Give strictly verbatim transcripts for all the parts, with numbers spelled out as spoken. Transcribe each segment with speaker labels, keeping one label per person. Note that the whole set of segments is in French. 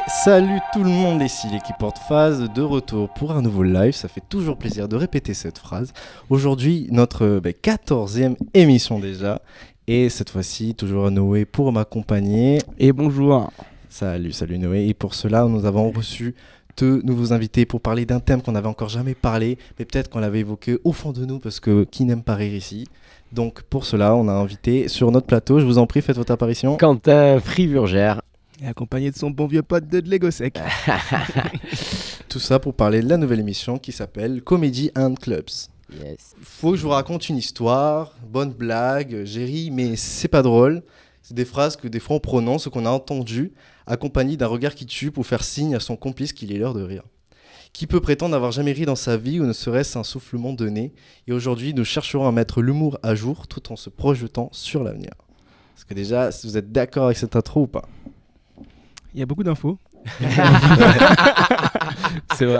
Speaker 1: Salut tout le monde, ici l'équipe Porte-Phase de retour pour un nouveau live. Ça fait toujours plaisir de répéter cette phrase. Aujourd'hui, notre bah, quatorzième émission déjà. Et cette fois-ci, toujours Noé pour m'accompagner.
Speaker 2: Et bonjour.
Speaker 1: Salut, salut Noé. Et pour cela, nous avons reçu deux nouveaux invités pour parler d'un thème qu'on n'avait encore jamais parlé, mais peut-être qu'on l'avait évoqué au fond de nous, parce que qui n'aime pas rire ici. Donc pour cela, on a invité sur notre plateau, je vous en prie, faites votre apparition.
Speaker 3: Quentin Friburgère.
Speaker 2: Et accompagné de son bon vieux pote de Lego Sec.
Speaker 1: Tout ça pour parler de la nouvelle émission qui s'appelle Comedy and Clubs.
Speaker 3: Yes.
Speaker 1: Faut que je vous raconte une histoire, bonne blague, j'ai ri, mais c'est pas drôle. C'est des phrases que des fois on prononce, qu'on a entendues, accompagnées d'un regard qui tue pour faire signe à son complice qu'il est l'heure de rire. Qui peut prétendre n'avoir jamais ri dans sa vie ou ne serait-ce un soufflement de nez? Et aujourd'hui, nous chercherons à mettre l'humour à jour tout en se projetant sur l'avenir. Parce que déjà, si vous êtes d'accord avec cette intro ou pas?
Speaker 2: Il y a beaucoup d'infos.
Speaker 3: C'est vrai.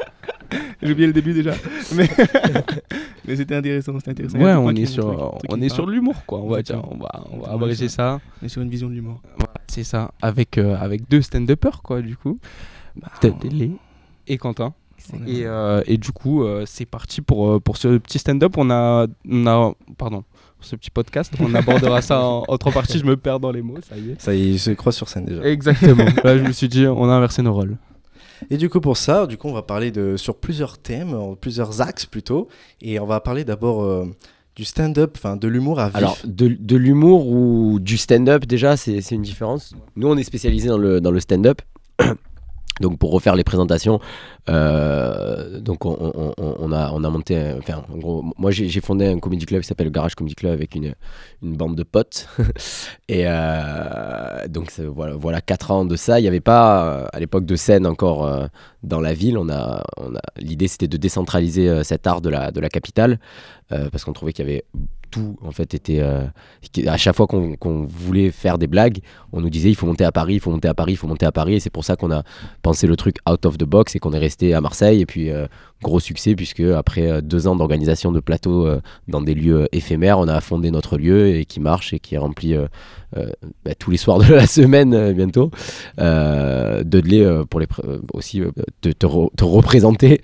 Speaker 2: J'ai oublié le début déjà. Mais, mais c'était intéressant, c'était intéressant.
Speaker 3: Ouais, on est sur, on est sur de l'humour, quoi. On va dire, on va, on va abréger ça.
Speaker 2: On est sur une vision de l'humour.
Speaker 3: Voilà, c'est ça. Avec, euh, avec deux stand-uppers, quoi, du coup.
Speaker 2: Bah,
Speaker 3: Tadele et Quentin. Et, euh, et du coup, euh, c'est parti pour, pour ce petit stand-up. On a, on a, pardon, pour ce petit podcast. On abordera ça en, en trois parties. Je me perds dans les mots, ça y est.
Speaker 1: Ça y est, il se croise sur scène déjà.
Speaker 3: Exactement. Là, je me suis dit, on a inversé nos rôles.
Speaker 1: Et du coup, pour ça, du coup, on va parler de, sur plusieurs thèmes, en plusieurs axes plutôt. Et on va parler d'abord euh, du stand-up, enfin de l'humour à vif.
Speaker 3: Alors, de, de l'humour ou du stand-up, déjà, c'est, c'est une différence. Nous, on est spécialisé dans le, dans le stand-up. Donc pour refaire les présentations, euh, donc on, on, on, a, on a monté, un, enfin en gros, moi j'ai, j'ai fondé un comedy club qui s'appelle le Garage Comedy Club avec une, une bande de potes. Et euh, donc voilà, voilà quatre ans de ça. Il n'y avait pas à l'époque de scène encore euh, dans la ville. On a, on a, l'idée c'était de décentraliser euh, cet art de la, de la capitale euh, parce qu'on trouvait qu'il y avait tout en fait était euh, à chaque fois qu'on, qu'on voulait faire des blagues, on nous disait il faut monter à Paris, il faut monter à Paris, il faut monter à Paris, et c'est pour ça qu'on a pensé le truc out of the box et qu'on est resté à Marseille. Et puis euh, gros succès puisque après euh, deux ans d'organisation de plateaux euh, dans des lieux éphémères, on a fondé notre lieu et qui marche et qui est rempli euh, euh, bah, tous les soirs de la semaine euh, bientôt. Euh, Dudley euh, pour les pr- euh, aussi euh, te, te, re- te représenter.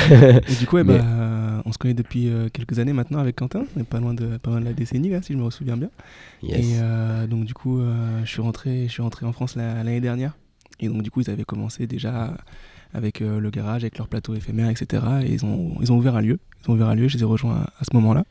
Speaker 2: Et du coup, ouais,
Speaker 3: Mais...
Speaker 2: bah, euh, on se connaît depuis euh, quelques années maintenant avec Quentin. On est pas loin de, pas loin de la décennie là, si je me souviens bien.
Speaker 3: Yes.
Speaker 2: Et euh, donc du coup, euh, je suis rentré, je suis rentré en France la, l'année dernière. Et donc du coup, ils avaient commencé déjà avec euh, le garage, avec leur plateau éphémère, et cetera. Et ils ont, ils ont ouvert un lieu. Ils ont ouvert un lieu. Je les ai rejoints à, à ce moment-là.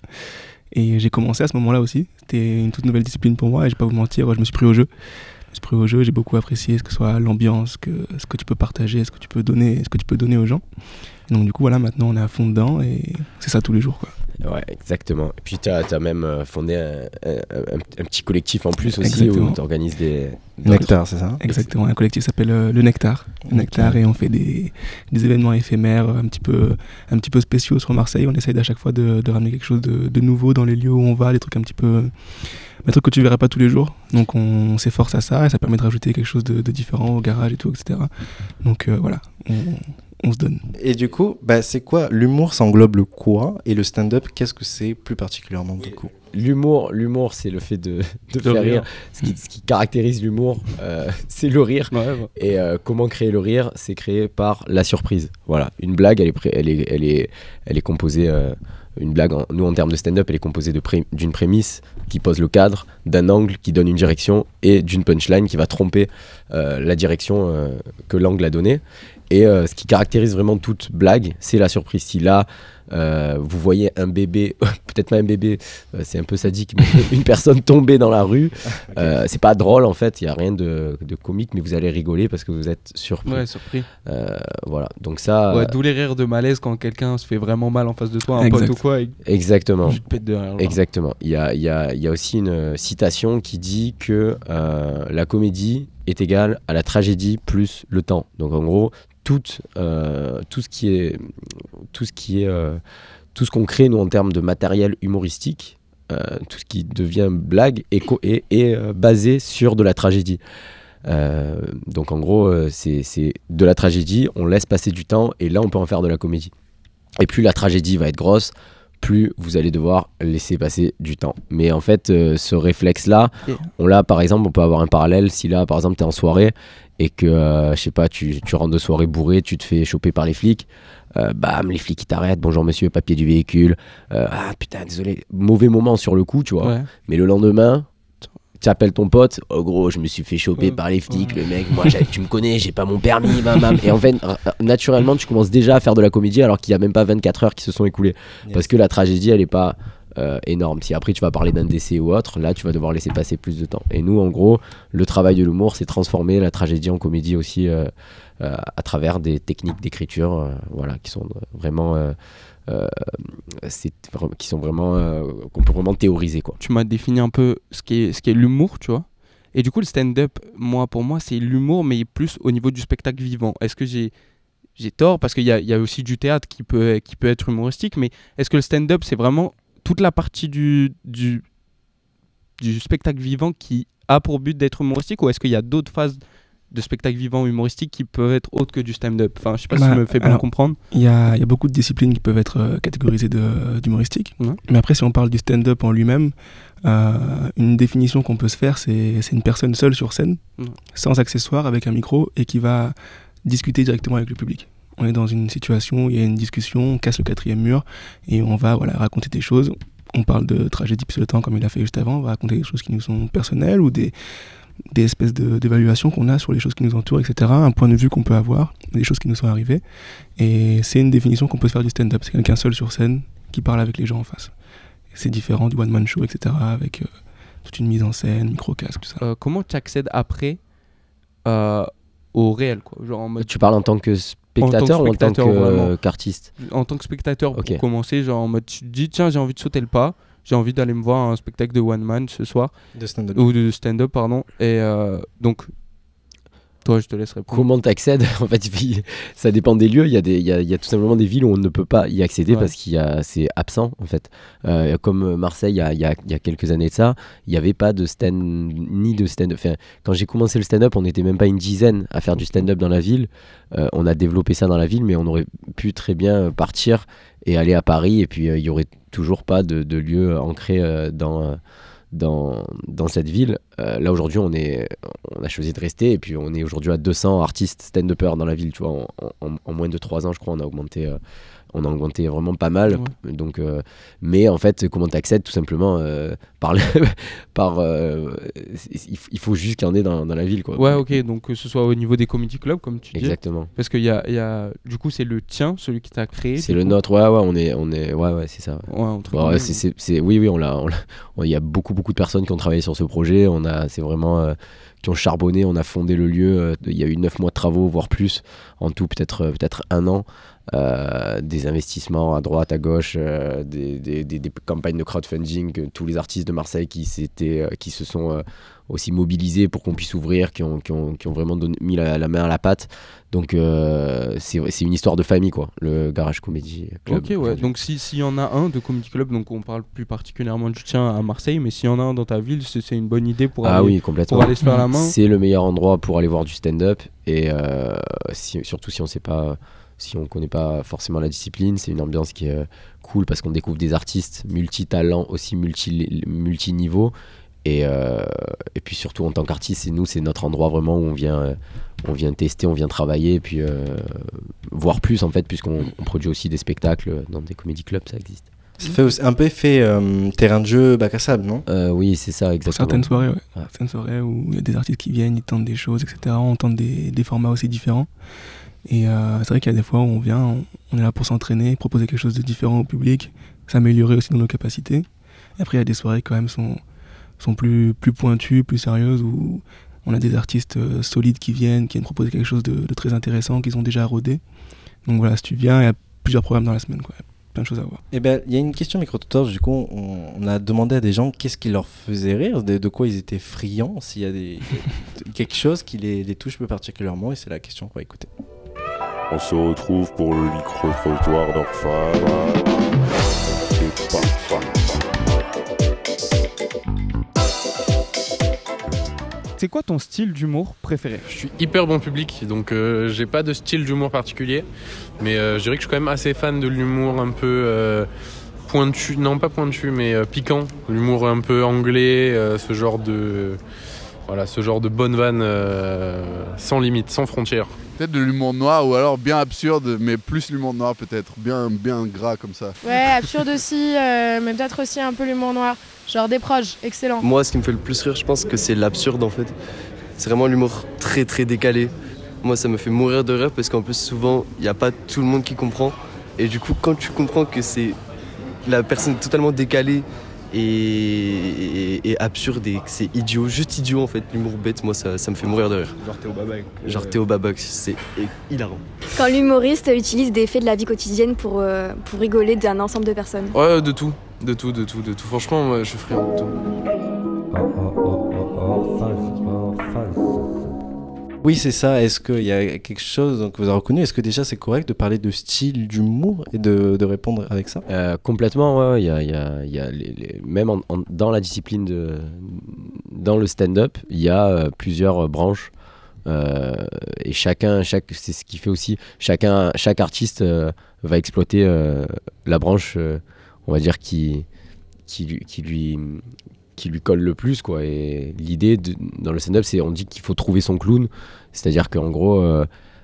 Speaker 2: Et j'ai commencé à ce moment-là aussi. C'était une toute nouvelle discipline pour moi. Et je vais pas vous mentir, je me suis pris au jeu. Je me suis pris au jeu. J'ai beaucoup apprécié ce que soit l'ambiance, que, ce que tu peux partager, ce que tu peux donner, ce que tu peux donner aux gens. Et donc du coup, voilà, maintenant on est à fond dedans et c'est ça tous les jours, quoi.
Speaker 3: Ouais, exactement. Et puis tu as même fondé un, un, un, un petit collectif en plus aussi. Exactement. Où tu organises des...
Speaker 1: Nectar, c'est ça?
Speaker 2: Exactement, un collectif s'appelle euh, le Nectar. Le Nectar, et on fait des, des événements éphémères un petit, peu, un petit peu spéciaux sur Marseille. On essaye à chaque fois de, de ramener quelque chose de, de nouveau dans les lieux où on va, des trucs un petit peu... des trucs que tu verrais pas tous les jours. Donc on, on s'efforce à ça et ça permet de rajouter quelque chose de, de différent au garage et tout, et cetera. Donc euh, voilà, on, on se donne.
Speaker 1: Et du coup, bah, c'est quoi l'humour? Ça englobe le quoi? Et le stand-up, qu'est-ce que c'est plus particulièrement du coup?
Speaker 3: L'humour, l'humour, c'est le fait de, de, de faire rire. rire. Ce, qui, ce qui caractérise l'humour, euh, c'est le rire. Ouais, ouais. Et euh, comment créer le rire? C'est créé par la surprise. Voilà, une blague, elle est, pré- elle est, elle est, elle est composée. Euh, une blague, en, nous en termes de stand-up, elle est composée de pré- d'une prémisse qui pose le cadre, d'un angle qui donne une direction et d'une punchline qui va tromper euh, la direction euh, que l'angle a donnée. Et euh, ce qui caractérise vraiment toute blague, c'est la surprise. Si là, euh, vous voyez un bébé, peut-être pas un bébé, euh, c'est un peu sadique, mais une personne tomber dans la rue, euh, c'est pas drôle en fait, il n'y a rien de, de comique, mais vous allez rigoler parce que vous êtes surpris.
Speaker 4: Ouais, surpris.
Speaker 3: Euh, voilà, donc ça...
Speaker 4: Ouais, d'où les rires de malaise quand quelqu'un se fait vraiment mal en face de toi, un exact. Pote ou quoi. Et...
Speaker 3: Exactement.
Speaker 4: Tu te pètes de rire.
Speaker 3: Exactement. Il y a, il y a, il y a aussi une citation qui dit que euh, la comédie est égale à la tragédie plus le temps. Donc en gros, tout, euh, tout ce qui est, tout ce qui est, euh, tout ce qu'on crée nous en termes de matériel humoristique, euh, tout ce qui devient blague est, co- est, est euh, basé sur de la tragédie. Euh, donc en gros, euh, c'est, c'est de la tragédie, on laisse passer du temps et là on peut en faire de la comédie. Et plus la tragédie va être grosse, plus vous allez devoir laisser passer du temps. Mais en fait, euh, ce réflexe-là,
Speaker 4: Yeah.
Speaker 3: on l'a par exemple, on peut avoir un parallèle si là, par exemple, tu es en soirée et que, euh, je sais pas, tu, tu rentres de soirée bourré, tu te fais choper par les flics, euh, bam, les flics ils t'arrêtent, bonjour monsieur, papier du véhicule, euh, ah putain, désolé, mauvais moment sur le coup, tu vois.
Speaker 4: Ouais.
Speaker 3: Mais le lendemain, tu appelles ton pote, oh gros, je me suis fait choper
Speaker 4: Ouais.
Speaker 3: par les flics,
Speaker 4: Ouais.
Speaker 3: le mec, moi j'ai- tu me connais, j'ai pas mon permis, bam, bam. Et en fait, r- naturellement, tu commences déjà à faire de la comédie alors qu'il y a même pas vingt-quatre heures qui se sont écoulées.
Speaker 1: Yes.
Speaker 3: Parce que la tragédie, elle est pas euh, énorme. Si après tu vas parler d'un décès ou autre, là tu vas devoir laisser passer plus de temps. Et nous, en gros, le travail de l'humour, c'est transformer la tragédie en comédie aussi euh, euh, à travers des techniques d'écriture, euh, voilà, qui sont euh, vraiment, euh, euh, c'est vra- qui sont vraiment, euh, qu'on peut vraiment théoriser, quoi.
Speaker 4: Tu m'as défini un peu ce qui est, ce qui est l'humour, tu vois. Et du coup, le stand-up, moi, pour moi, c'est l'humour, mais plus au niveau du spectacle vivant. Est-ce que j'ai, j'ai tort? Parce qu'il y a, il y a aussi du théâtre qui peut, qui peut être humoristique, mais est-ce que le stand-up, c'est vraiment toute la partie du, du, du spectacle vivant qui a pour but d'être humoristique, ou est-ce qu'il y a d'autres phases de spectacle vivant humoristique qui peuvent être autres que du stand-up? Enfin, je sais pas si
Speaker 2: Bah,
Speaker 4: je me fais bien
Speaker 2: alors,
Speaker 4: comprendre.
Speaker 2: Il y a, il y a beaucoup de disciplines qui peuvent être euh, catégorisées de- d'humoristique.
Speaker 4: Ouais.
Speaker 2: Mais après, si on parle du stand-up en lui-même, euh, une définition qu'on peut se faire, c'est c'est une personne seule sur scène,
Speaker 4: Ouais.
Speaker 2: sans accessoires, avec un micro, et qui va discuter directement avec le public. On est dans une situation où il y a une discussion, on casse le quatrième mur, et on va voilà, raconter des choses. On parle de tragédie pilotant comme il a fait juste avant, on va raconter des choses qui nous sont personnelles ou des, des espèces de- d'évaluations qu'on a sur les choses qui nous entourent, et cetera. Un point de vue qu'on peut avoir, des choses qui nous sont arrivées. Et c'est une définition qu'on peut se faire du stand-up. C'est quelqu'un seul sur scène qui parle avec les gens en face. Et c'est différent du one-man show, et cetera. Avec euh, toute une mise en scène, micro-casque, tout ça.
Speaker 4: Euh, comment tu accèdes après euh, au réel, quoi? Genre en mode
Speaker 3: Tu parles en tant que spectateur ou en tant
Speaker 4: spectateur,
Speaker 3: que-
Speaker 4: vraiment.
Speaker 3: qu'artiste?
Speaker 4: en tant que spectateur, pour
Speaker 3: Ok.
Speaker 4: commencer, genre en mode tu te dis tiens, j'ai envie de sauter le pas, j'ai envie d'aller me voir un spectacle de one man ce soir
Speaker 1: De stand-up.
Speaker 4: ou de stand-up, pardon. Et euh, donc toi, je te laisse répondre.
Speaker 3: Comment t'accèdes? En fait, il- ça dépend des lieux. Il y, a des, il, y a, il y a tout simplement des villes où on ne peut pas y accéder
Speaker 4: Ouais.
Speaker 3: parce qu'il y a, c'est absent en fait. Euh, comme Marseille, il y, a, il, y a, il y a quelques années de ça, il n'y avait pas de stand ni de stand-up. Enfin, quand j'ai commencé le stand-up, on n'était même pas une dizaine à faire du stand-up dans la ville. Euh, on a développé ça dans la ville, mais on aurait pu très bien partir et aller à Paris et puis euh, il n'y aurait toujours pas de, de lieu ancré euh, dans. Euh, dans, dans cette ville. Euh, là aujourd'hui on, est, on a choisi de rester et puis on est aujourd'hui à deux cents artistes stand-uppers dans la ville, tu vois, en, en, en moins de trois ans je crois on a augmenté, euh, on a augmenté vraiment pas mal.
Speaker 4: Ouais.
Speaker 3: Donc, euh, mais en fait comment t'accèdes tout simplement euh, par, le par euh, il, il faut juste qu'il y en ait dans, dans la ville quoi.
Speaker 4: Ouais, ok, donc que ce soit au niveau des comedy clubs comme tu dis.
Speaker 3: Exactement.
Speaker 4: Parce qu'il y a, il y a du coup c'est le tien, celui qui t'a créé.
Speaker 3: C'est
Speaker 4: du
Speaker 3: le
Speaker 4: coup.
Speaker 3: nôtre, ouais ouais on est, on est ouais ouais c'est ça.
Speaker 4: Ouais, entre
Speaker 3: Bon, ouais,
Speaker 4: guillemets.
Speaker 3: c'est, c'est, c'est- oui, oui, on l'a, on l'a- on- il y a beaucoup, beaucoup de personnes qui ont travaillé sur ce projet. On a, c'est vraiment, euh, qui ont charbonné. On a fondé le lieu. euh, il y a eu neuf mois de travaux, voire plus, en tout, peut-être, euh, peut-être un an. Euh, des investissements à droite, à gauche, euh, des, des, des, des campagnes de crowdfunding, que tous les artistes de Marseille qui, s'étaient, euh, qui se sont euh, aussi mobilisés pour qu'on puisse ouvrir, qui ont, qui ont, qui ont vraiment donné, mis la, la main à la pâte. Donc euh, c'est, c'est une histoire de famille, quoi, le Garage Comedy Club.
Speaker 4: Ok, ouais.
Speaker 3: aujourd'hui.
Speaker 4: Donc si- s'il y en a un de comedy club, donc on parle plus particulièrement du tien à Marseille, mais s'il y en a un dans ta ville, c'est, c'est une bonne idée pour,
Speaker 3: Ah
Speaker 4: aller,
Speaker 3: oui, complètement.
Speaker 4: pour aller se faire la main.
Speaker 3: C'est le meilleur endroit pour aller voir du stand-up et euh, si- surtout si on sait pas, si on connaît pas forcément la discipline, c'est une ambiance qui est euh, cool parce qu'on découvre des artistes multi-talents, aussi multi multi-niveaux et, euh, et puis surtout en tant qu'artiste, c'est nous, c'est notre endroit vraiment où on vient, euh, on vient tester, on vient travailler et puis euh, voir plus en fait puisqu'on on produit aussi des spectacles dans des comédie clubs, ça existe.
Speaker 1: Ça fait aussi un peu effet euh, terrain de jeu bac à sable, non?
Speaker 3: Euh, oui, c'est ça
Speaker 2: Pour
Speaker 3: exactement.
Speaker 2: certaines soirées, ouais.
Speaker 3: Ouais.
Speaker 2: Certaines soirées où il y a des artistes qui viennent, ils tentent des choses, et cetera. On tente des, des formats aussi différents. Et euh, c'est vrai qu'il y a des fois où on vient, on, on est là pour s'entraîner, proposer quelque chose de différent au public, s'améliorer aussi dans nos capacités. Et après, il y a des soirées qui quand même sont, sont plus, plus pointues, plus sérieuses, où on a des artistes euh, solides qui viennent, qui viennent proposer quelque chose de, de très intéressant, qu'ils ont déjà rodé. Donc voilà, si tu viens, il y a plusieurs programmes dans la semaine, quoi. Plein de choses à voir.
Speaker 1: Eh ben, il y a une question micro-trottoir, du coup, on, on a demandé à des gens qu'est-ce qui leur faisait rire, de, de quoi ils étaient friands, s'il y a des, quelque chose qui les, les touche plus particulièrement, et c'est la question qu'on va écouter.
Speaker 5: On se retrouve pour le micro-trottoir d'Orphane. C'est parfait.
Speaker 4: C'est quoi ton style d'humour préféré?
Speaker 6: Je suis hyper bon public, donc euh, j'ai pas de style d'humour particulier, mais euh, je dirais que je suis quand même assez fan de l'humour un peu, euh, pointu, non pas pointu, mais euh, piquant. L'humour un peu anglais, euh, ce genre de, voilà, ce genre de bonne vanne euh, sans limite, sans frontières.
Speaker 7: Peut-être de l'humour noir ou alors bien absurde, mais plus l'humour noir peut-être, bien, bien gras comme ça.
Speaker 8: Ouais, absurde aussi, euh, mais peut-être aussi un peu l'humour noir. Genre des proches, excellent.
Speaker 9: Moi, ce qui me fait le plus rire, je pense que c'est l'absurde en fait. C'est vraiment l'humour très très décalé. Moi, ça me fait mourir de rire parce qu'en plus, souvent, il n'y a pas tout le monde qui comprend. Et du coup, quand tu comprends que c'est la personne totalement décalée et, et, et absurde et que c'est idiot, juste idiot en fait, l'humour bête, moi ça, ça me fait mourir de rire.
Speaker 7: Genre Théo Babac.
Speaker 9: Genre Théo Babac, c'est hilarant.
Speaker 10: Quand l'humoriste utilise des faits de la vie quotidienne pour, euh, pour rigoler d'un ensemble de personnes.
Speaker 6: Ouais, de tout, de tout, de tout, de tout. Franchement, moi, je suis friand de tout.
Speaker 1: Oui, c'est ça. Est-ce qu'il y a quelque chose que vous avez reconnu? Est-ce que déjà c'est correct de parler de style d'humour et de, de répondre avec ça?
Speaker 3: Euh, complètement, ouais. Il y a, il y a, il y a les, les, même en, en, dans la discipline, de, dans le stand-up, il y a euh, plusieurs euh, branches. Euh, et chacun, chaque, c'est ce qui fait aussi, chacun, chaque artiste euh, va exploiter euh, la branche, euh, on va dire, qui, qui, lui, qui, lui, qui lui colle le plus, quoi. Et l'idée de, dans le stand-up, c'est on dit qu'il faut trouver son clown, c'est-à-dire qu'en gros, euh,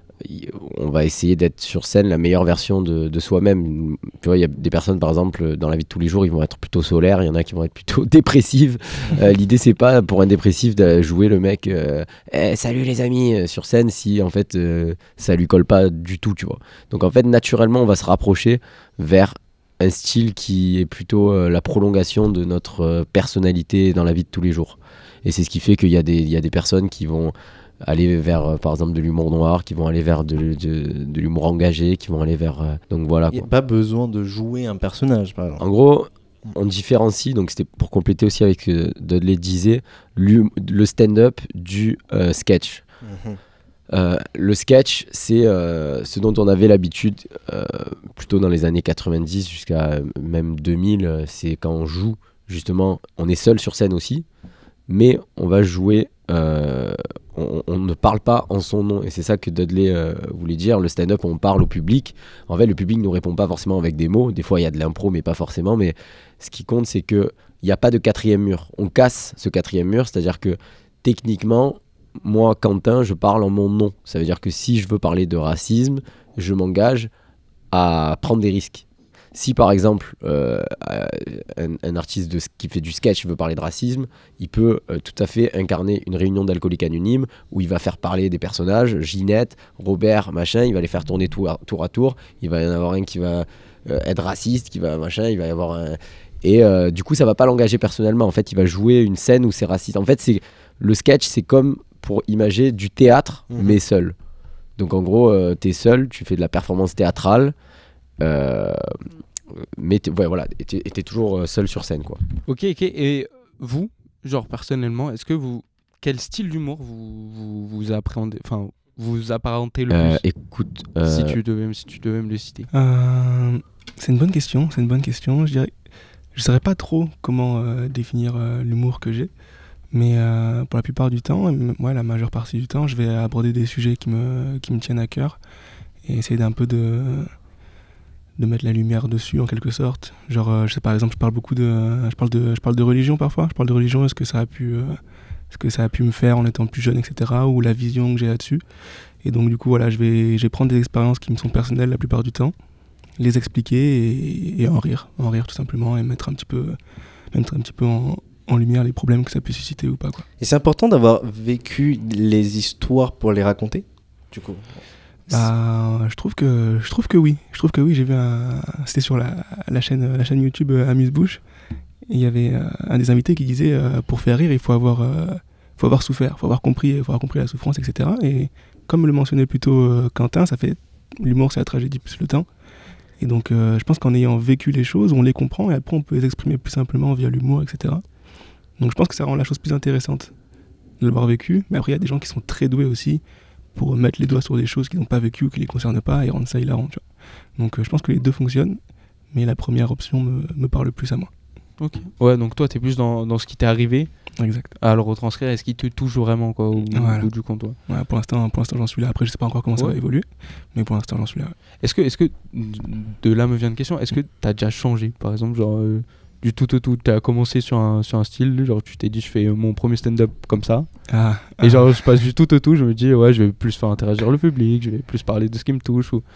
Speaker 3: on va essayer d'être sur scène la meilleure version de, de soi-même. Tu vois, il y a des personnes, par exemple, dans la vie de tous les jours, ils vont être plutôt solaires, il y en a qui vont être plutôt dépressives. Euh, l'idée, c'est pas pour un dépressif de jouer le mec euh, eh, salut les amis euh, sur scène si en fait euh, ça lui colle pas du tout, tu vois. Donc en fait, naturellement, on va se rapprocher vers un style qui est plutôt euh, la prolongation de notre euh, personnalité dans la vie de tous les jours. Et c'est ce qui fait qu'il y a des, il y a des personnes qui vont aller vers, euh, par exemple, de l'humour noir, qui vont aller vers de, de, de l'humour engagé, qui vont aller vers... Euh, donc voilà.
Speaker 1: Il n'y a pas besoin de jouer un personnage, par exemple.
Speaker 3: En gros, on différencie, donc c'était pour compléter aussi avec ce que Dudley disait, le stand-up du euh, sketch. Mmh. Euh, le sketch, c'est euh, ce dont on avait l'habitude euh, plutôt dans les années quatre-vingt-dix jusqu'à même deux mille, c'est quand on joue, justement, on est seul sur scène aussi, mais on va jouer... Euh, on, on ne parle pas en son nom, et c'est ça que Dudley euh, voulait dire. Le stand-up, on parle au public. En fait, le public ne répond pas forcément avec des mots. Des fois, il y a de l'impro, mais pas forcément. Mais ce qui compte, c'est qu'il n'y a pas de quatrième mur. On casse ce quatrième mur, c'est-à-dire que techniquement, moi, Quentin, je parle en mon nom. Ça veut dire que si je veux parler de racisme, je m'engage à prendre des risques. Si par exemple euh, un, un artiste de, qui fait du sketch veut parler de racisme, il peut euh, tout à fait incarner une réunion d'alcooliques anonymes où il va faire parler des personnages, Ginette, Robert, machin, il va les faire tourner tour à tour, à tour. Il va y en avoir un qui va euh, être raciste, qui va machin, il va y avoir un... Et euh, du coup ça va pas l'engager personnellement, en fait il va jouer une scène où c'est raciste. En fait c'est... le sketch c'est comme pour imager du théâtre, mmh. mais seul. Donc en gros euh, t'es seul, tu fais de la performance théâtrale, Euh, mais t'es, ouais, voilà, t'es, t'es toujours seul sur scène, quoi.
Speaker 4: Ok, ok. Et vous, genre personnellement, est-ce que vous, quel style d'humour vous vous, vous appréhendez, enfin vous apparentez le
Speaker 3: euh,
Speaker 4: plus?
Speaker 3: Écoute, euh...
Speaker 4: si tu devais, si tu devais me le citer.
Speaker 2: Euh, c'est une bonne question. C'est une bonne question. Je dirais, je saurais pas trop comment euh, définir euh, l'humour que j'ai, mais euh, pour la plupart du temps, moi, la majeure partie du temps, je vais aborder des sujets qui me qui me tiennent à cœur et essayer d'un peu de de mettre la lumière dessus en quelque sorte. Genre euh, je sais, par exemple, je parle beaucoup de je parle de je parle de religion parfois, je parle de religion, est-ce que ça a pu euh, ce que ça a pu me faire en étant plus jeune, et cetera, ou la vision que j'ai là-dessus. Et donc du coup voilà, je vais je vais prendre des expériences qui me sont personnelles la plupart du temps, les expliquer et, et en rire, en rire tout simplement, et mettre un petit peu mettre un petit peu en en lumière les problèmes que ça peut susciter ou pas, quoi.
Speaker 1: Et c'est important d'avoir vécu les histoires pour les raconter, du coup.
Speaker 2: Bah, je trouve que je trouve que oui, je trouve que oui. J'ai vu un, c'était sur la, la chaîne la chaîne YouTube euh, Amuse-Bouche. Il y avait euh, un des invités qui disait euh, pour faire rire, il faut avoir euh, faut avoir souffert, faut avoir compris, faut avoir compris la souffrance, et cetera. Et comme le mentionnait plutôt euh, Quentin, ça fait l'humour, c'est la tragédie plus le temps. Et donc, euh, je pense qu'en ayant vécu les choses, on les comprend et après on peut les exprimer plus simplement via l'humour, et cetera. Donc, je pense que ça rend la chose plus intéressante de l'avoir vécu. Mais après, il y a des gens qui sont très doués aussi pour mettre les doigts sur des choses qu'ils n'ont pas vécues ou qui ne les concernent pas et rendre ça hilarant, tu vois. Donc euh, je pense que les deux fonctionnent, mais la première option me, me parle plus à moi.
Speaker 4: Ok. Ouais, donc toi, t'es plus dans, dans ce qui t'est arrivé.
Speaker 2: Exact.
Speaker 4: À le retranscrire, est-ce qu'il te touche vraiment, quoi, au,
Speaker 2: Voilà.
Speaker 4: au bout du compte, ouais.
Speaker 2: Ouais, pour l'instant, pour l'instant, j'en suis là. Après, je sais pas encore comment ça
Speaker 4: Ouais.
Speaker 2: va évoluer, mais pour l'instant, j'en suis là.
Speaker 4: Est-ce que, est-ce que, de là me vient une question, est-ce que t'as déjà changé, par exemple, genre, euh, du tout au tout, t'as commencé sur un, sur un style, genre, tu t'es dit, je fais mon premier stand-up comme ça,
Speaker 2: Ah,
Speaker 4: et
Speaker 2: ah.
Speaker 4: genre, je passe du tout au tout, je me dis, ouais, je vais plus faire interagir le public, je vais plus parler de ce qui me touche, ou...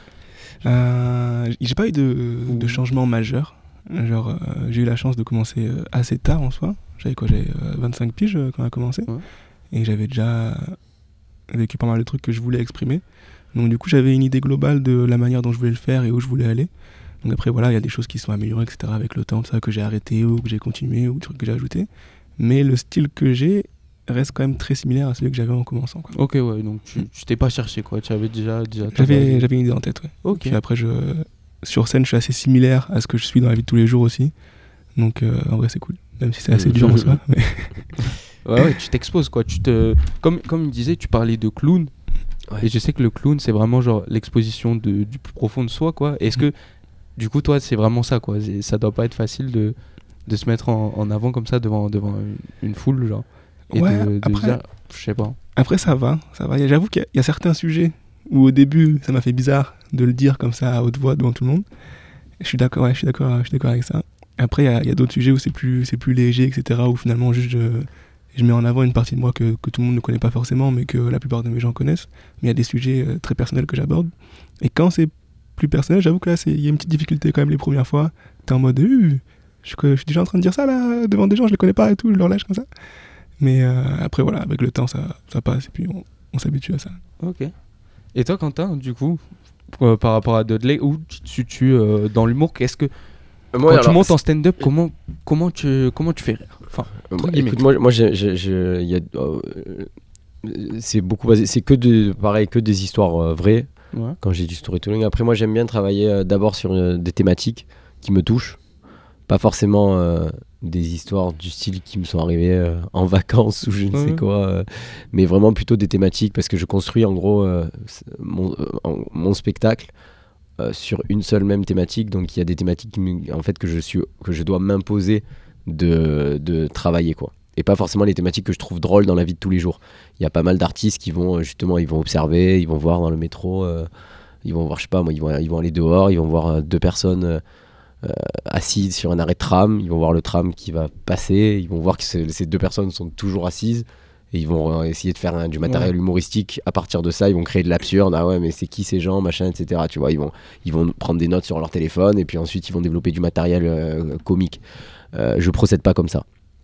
Speaker 2: Euh, j'ai pas eu de, de changement majeur. Genre, euh, j'ai eu la chance de commencer euh, assez tard en soi. J'avais quoi, j'avais euh, vingt-cinq piges euh, quand on a commencé.
Speaker 4: Ouais.
Speaker 2: Et j'avais déjà vécu pas mal de trucs que je voulais exprimer. Donc du coup, j'avais une idée globale de la manière dont je voulais le faire et où je voulais aller. Donc après, voilà, il y a des choses qui sont améliorées, et cetera avec le temps, tout ça, que j'ai arrêté ou que j'ai continué ou des trucs que j'ai ajouté. Mais le style que j'ai reste quand même très similaire à celui que j'avais en commençant, quoi.
Speaker 4: Ok, ouais, donc tu, tu t'es pas cherché, quoi, tu avais déjà... déjà
Speaker 2: J'avais, j'avais une idée en tête, ouais.
Speaker 4: Ok.
Speaker 2: Puis après, je, sur scène, je suis assez similaire à ce que je suis dans la vie de tous les jours aussi. Donc euh, en vrai, c'est cool. Même si c'est assez dur en soi. Mais...
Speaker 4: Ouais, ouais, tu t'exposes, quoi. Tu te... comme, comme il disait, tu parlais de clown.
Speaker 3: Ouais.
Speaker 4: Et je sais que le clown, c'est vraiment genre l'exposition de, du plus profond de soi, quoi. Est-ce que, du coup, toi, c'est vraiment ça, quoi. C'est- Ça doit pas être facile de, de se mettre en, en avant comme ça devant, devant une, une foule, genre. Et
Speaker 2: Ouais,
Speaker 4: de, de
Speaker 2: après-
Speaker 4: dire, je sais pas.
Speaker 2: Après, ça va, ça va. Y a- J'avoue qu'il y a- il y a certains sujets où au début, ça m'a fait bizarre de le dire comme ça à haute voix devant tout le monde. Je suis d'accord, ouais, je suis d'accord, je suis d'accord avec ça. Après, il y a, il y a d'autres sujets où c'est plus, c'est plus léger, et cetera. Où finalement, juste, je, je mets en avant une partie de moi que, que tout le monde ne connaît pas forcément, mais que la plupart de mes gens connaissent. Mais il y a des sujets euh, très personnels que j'aborde. Et quand c'est plus personnel, j'avoue que là, c'est- il y a une petite difficulté quand même les premières fois. T'es en mode, euh, je, je suis déjà en train de dire ça là, devant des gens, je les connais pas et tout, je leur lâche comme ça. Mais euh, après, voilà, avec le temps, ça, ça passe et puis on, on s'habitue à ça.
Speaker 4: Ok. Et toi, Quentin, du coup, euh, par rapport à Dudley, où tu te situes euh, dans l'humour, qu'est-ce que...
Speaker 3: Moi,
Speaker 4: Quand tu
Speaker 3: alors,
Speaker 4: montes en stand-up, comment, comment, tu, comment tu fais rire, enfin, entre
Speaker 3: Bah,
Speaker 4: guillemets.
Speaker 3: écoute, moi, moi j'ai, j'ai- j'ai- il y a, euh, c'est beaucoup basé, c'est que de, pareil, que des histoires euh, vraies.
Speaker 4: Ouais.
Speaker 3: Quand j'ai du storytelling, après moi j'aime bien travailler euh, d'abord sur euh, des thématiques qui me touchent, pas forcément euh, des histoires du style qui me sont arrivées euh, en vacances ou je ne sais
Speaker 4: Ouais.
Speaker 3: quoi, euh, mais vraiment plutôt des thématiques parce que je construis en gros euh, c- mon, euh, en- mon spectacle euh, sur une seule même thématique. Donc il y a des thématiques qui me- en fait que je suis que je dois m'imposer de, de travailler, quoi, et pas forcément les thématiques que je trouve drôles dans la vie de tous les jours. Il y a pas mal d'artistes qui vont euh, justement, ils vont observer, ils vont voir dans le métro, euh, ils vont voir, je sais pas moi, ils vont, ils vont aller dehors, ils vont voir euh, deux personnes euh, euh, assises sur un arrêt de tram, ils vont voir le tram qui va passer, ils vont voir que ce- ces deux personnes sont toujours assises. Et ils vont euh, essayer de faire un- du matériel humoristique à partir de ça. Ils vont créer de l'absurde. Ah ouais, mais c'est qui ces gens, machin, et cetera. Tu vois, ils vont, ils vont prendre des notes sur leur téléphone et puis ensuite ils vont développer du matériel euh, comique. Euh, je procède pas comme ça.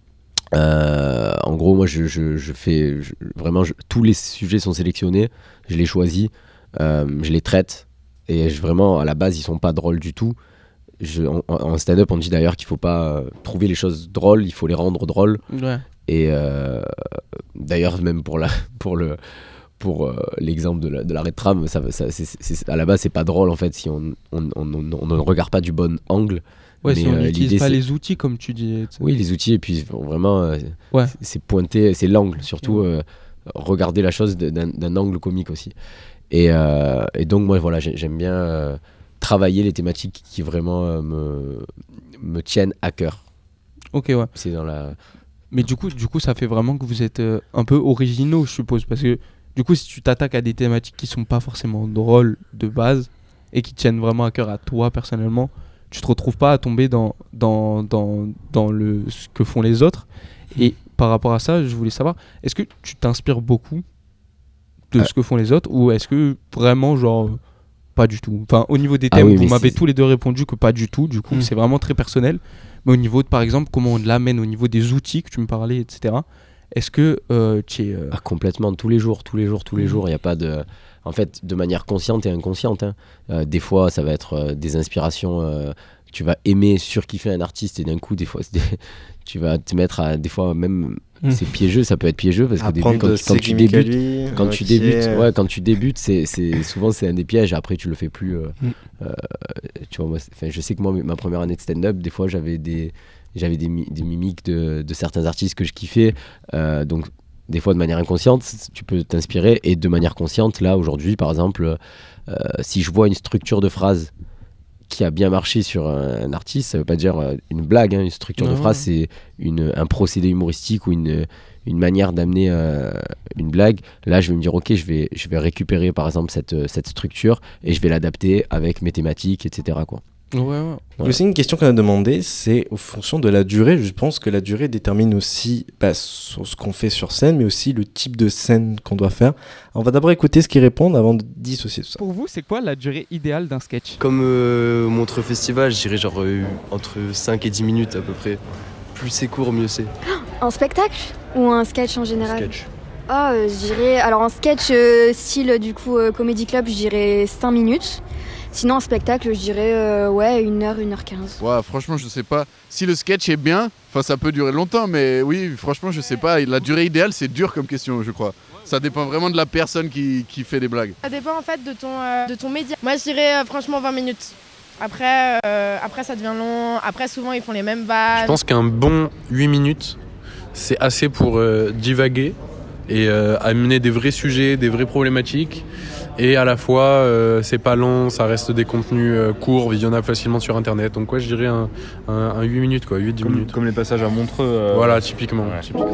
Speaker 3: Euh, en gros, moi, je, je, je fais je- vraiment je- tous les sujets sont sélectionnés. Je les choisis, euh, je les traite et je, vraiment à la base ils sont pas drôles du tout. Je, en, en stand-up, on dit d'ailleurs qu'il faut pas euh, trouver les choses drôles, il faut les rendre drôles.
Speaker 4: Ouais.
Speaker 3: Et euh, d'ailleurs, même pour, la, pour, le, pour euh, l'exemple de, la, de l'arrêt de tram, ça, ça, c'est, c'est, à la base, c'est pas drôle en fait si on, on, on, on, on ne regarde pas du bon angle.
Speaker 4: Ouais,
Speaker 3: Mais,
Speaker 4: si on
Speaker 3: euh,
Speaker 4: n'utilise
Speaker 3: l'idée,
Speaker 4: pas
Speaker 3: c'est-
Speaker 4: les outils, comme tu dis. tu sais.
Speaker 3: Oui, les outils, et puis vraiment, euh,
Speaker 4: Ouais.
Speaker 3: c'est, c'est pointé, c'est l'angle, surtout euh, regarder la chose d'un, d'un angle comique aussi. Et, euh, et donc, moi, voilà, j'ai- j'aime bien euh, travailler les thématiques qui vraiment euh, me, me tiennent à cœur.
Speaker 4: Ok, ouais.
Speaker 3: C'est dans la.
Speaker 4: Mais du coup, du coup, ça fait vraiment que vous êtes euh, un peu originaux, je suppose. Parce que du coup, si tu t'attaques à des thématiques qui sont pas forcément drôles de base et qui tiennent vraiment à cœur à toi personnellement, tu te retrouves pas à tomber dans, dans, dans, dans le, ce que font les autres. Et par rapport à ça, je voulais savoir, est-ce que tu t'inspires beaucoup de
Speaker 3: Euh.
Speaker 4: ce que font les autres ou est-ce que vraiment, genre, euh, pas du tout? Enfin, au niveau des
Speaker 3: Ah
Speaker 4: thèmes,
Speaker 3: oui,
Speaker 4: vous
Speaker 3: mais
Speaker 4: m'avez
Speaker 3: c'est-
Speaker 4: tous les deux répondu que pas du tout. Du coup,
Speaker 2: Mm.
Speaker 4: c'est vraiment très personnel. Mais au niveau de, par exemple, comment on l'amène au niveau des outils que tu me parlais, et cetera. Est-ce que euh, tu es... euh,
Speaker 3: Ah, complètement, tous les jours, tous les jours, tous les
Speaker 2: Mhm.
Speaker 3: jours. Il n'y a pas de. En fait, de manière consciente et inconsciente. hein. Euh, des fois, ça va être euh, des inspirations. euh, tu vas aimer, surkiffer un artiste et d'un coup, des fois, c'est des- tu vas te mettre à. Des fois, même.
Speaker 2: Mhm.
Speaker 3: C'est piégeux, ça peut être piégeux parce qu'au début,
Speaker 1: Apprendre
Speaker 3: quand,
Speaker 1: de
Speaker 3: tu- quand
Speaker 1: ses
Speaker 3: tu
Speaker 1: gimmicks à
Speaker 3: débutes.
Speaker 1: lui.
Speaker 3: Quand tu
Speaker 1: Ok.
Speaker 3: débutes, ouais, quand tu débutes, c'est, c'est souvent c'est un des pièges. Après, tu le fais plus. euh,
Speaker 2: Mm.
Speaker 3: euh, tu vois, moi, c'est- 'fin, je sais que moi, ma première année de stand-up, des fois, j'avais des, j'avais des, mi- des mimiques de, de certains artistes que je kiffais. Euh, donc, des fois, de manière inconsciente, c- tu peux t'inspirer, et de manière consciente, là, aujourd'hui, par exemple, euh, si je vois une structure de phrase qui a bien marché sur un, un artiste, ça veut pas dire euh, une blague, hein, une structure
Speaker 4: Non.
Speaker 3: de phrase, c'est une, un procédé humoristique ou une, une manière d'amener euh, une blague. Là, je vais me dire, ok, je vais, je vais récupérer par exemple cette, cette structure et je vais l'adapter avec mes thématiques, et cetera quoi.
Speaker 4: Ouais, ouais.
Speaker 3: Ouais.
Speaker 1: Aussi, une question qu'on a demandé, c'est en fonction de la durée. Je pense que la durée détermine aussi bah, sur ce qu'on fait sur scène, mais aussi le type de scène qu'on doit faire. On va d'abord écouter ce qu'ils répondent avant de dissocier tout ça.
Speaker 11: Pour vous, c'est quoi la durée idéale d'un sketch?
Speaker 9: Comme euh, Montreux Festival, je dirais genre euh, entre cinq et dix minutes à peu près. Plus c'est court, mieux c'est.
Speaker 10: Un spectacle ou un sketch en général?
Speaker 9: Sketch.
Speaker 10: Ah, euh, je dirais. Alors, en sketch euh, style du coup euh, Comedy Club, je dirais cinq minutes. Sinon, en spectacle, je dirais euh, ouais, une heure, une heure quinze.
Speaker 7: Ouais, franchement, je sais pas. Si le sketch est bien, enfin, ça peut durer longtemps, mais oui, franchement, je sais pas. La durée idéale, c'est dur comme question, je crois. Ça dépend vraiment de la personne qui, qui fait des blagues.
Speaker 8: Ça dépend en fait de ton, euh, de ton média. Moi, je dirais euh, franchement vingt minutes. Après, euh, après, ça devient long. Après, souvent, ils font les mêmes vannes.
Speaker 6: Je pense qu'un bon huit minutes, c'est assez pour euh, divaguer et euh, amener des vrais sujets, des vraies problématiques. Et à la fois, euh, c'est pas long, ça reste des contenus euh, courts, visionnables facilement sur Internet. Donc ouais, je dirais un, un, un huit minutes, quoi, huit dix
Speaker 12: Comme,
Speaker 6: minutes.
Speaker 12: comme les passages à Montreux. euh,
Speaker 6: Voilà, typiquement.
Speaker 12: Ouais.
Speaker 6: typiquement.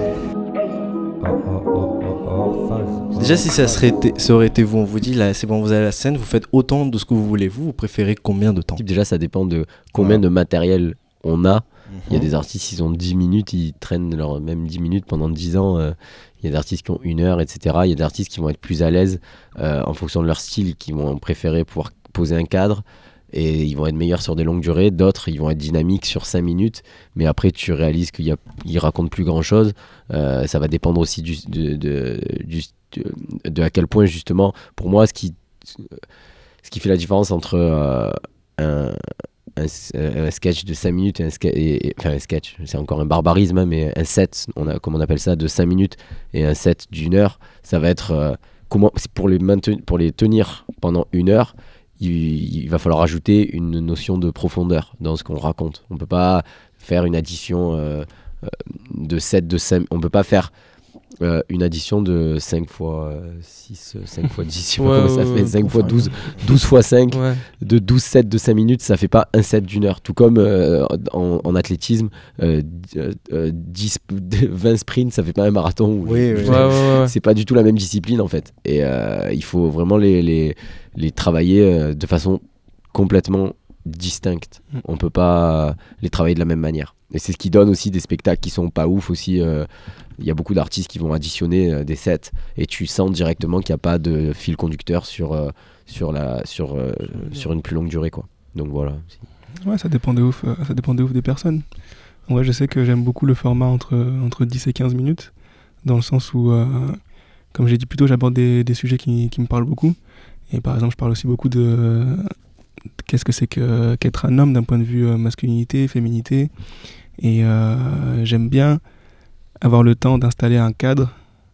Speaker 1: Déjà, si ça, serait été, ça aurait été vous, on vous dit, là, c'est bon, vous avez la scène, vous faites autant de ce que vous voulez. Vous, vous préférez combien de temps?
Speaker 3: Déjà, ça dépend de combien
Speaker 1: Ouais.
Speaker 3: de matériel on a. Il y a
Speaker 1: Mhm.
Speaker 3: des artistes, ils ont dix minutes, ils traînent leur même dix minutes pendant dix ans. euh, Il y a des artistes qui ont une heure, et cetera. Il y a des artistes qui vont être plus à l'aise euh, en fonction de leur style, qui vont préférer pouvoir poser un cadre et ils vont être meilleurs sur des longues durées. D'autres, ils vont être dynamiques sur cinq minutes, mais après, tu réalises qu'ils ne racontent plus grand-chose. Euh, ça va dépendre aussi du, de, de, du- de, de à quel point, justement, pour moi, ce qui, ce qui fait la différence entre euh, un Un, un sketch de cinq minutes et un, ske- et, et- enfin un sketch, c'est encore un barbarisme, hein, mais un set, on a, comme on appelle ça, de cinq minutes et un set d'une heure, ça va être euh, comment, c'est pour, les maintenir, pour les tenir pendant une heure, il, il va falloir ajouter une notion de profondeur dans ce qu'on raconte. On peut pas faire une addition euh, euh, de sept, de cinq, on peut pas faire euh, une addition de cinq fois six, cinq fois dix, je sais pas
Speaker 4: Ouais,
Speaker 3: comment ça
Speaker 4: ouais,
Speaker 3: fait,
Speaker 4: ouais,
Speaker 3: cinq
Speaker 4: pour
Speaker 3: fois
Speaker 4: faire-
Speaker 3: douze, douze fois cinq,
Speaker 4: Ouais.
Speaker 3: de douze sets de cinq minutes, ça fait pas un set d'une heure. Tout comme euh, en, en athlétisme, euh, euh, euh, dix, vingt sprints, ça fait pas un marathon. Ou
Speaker 1: Oui,
Speaker 3: je-
Speaker 1: oui.
Speaker 3: je-
Speaker 4: Ouais, ouais, ouais.
Speaker 3: C'est pas du tout la même discipline en fait. Et euh, il faut vraiment les, les, les travailler euh, de façon complètement distincte.
Speaker 2: Mm.
Speaker 3: On peut pas les travailler de la même manière. Et c'est ce qui donne aussi des spectacles qui sont pas ouf aussi. euh, Il y a beaucoup d'artistes qui vont additionner euh, des sets et tu sens directement qu'il n'y a pas de fil conducteur sur, euh, sur, la, sur, euh, sur une plus longue durée, quoi. Donc voilà.
Speaker 2: Ouais, ça dépend de ouf, euh, ça dépend de ouf des personnes. En vrai, je sais que j'aime beaucoup le format entre, entre dix et quinze minutes, dans le sens où, euh, comme j'ai dit plus tôt, j'aborde des, des sujets qui, qui me parlent beaucoup. Et par exemple, je parle aussi beaucoup de, de qu'est-ce que c'est que, qu'être un homme d'un point de vue euh, masculinité, féminité. Et euh, j'aime bien avoir le temps d'installer un cadre,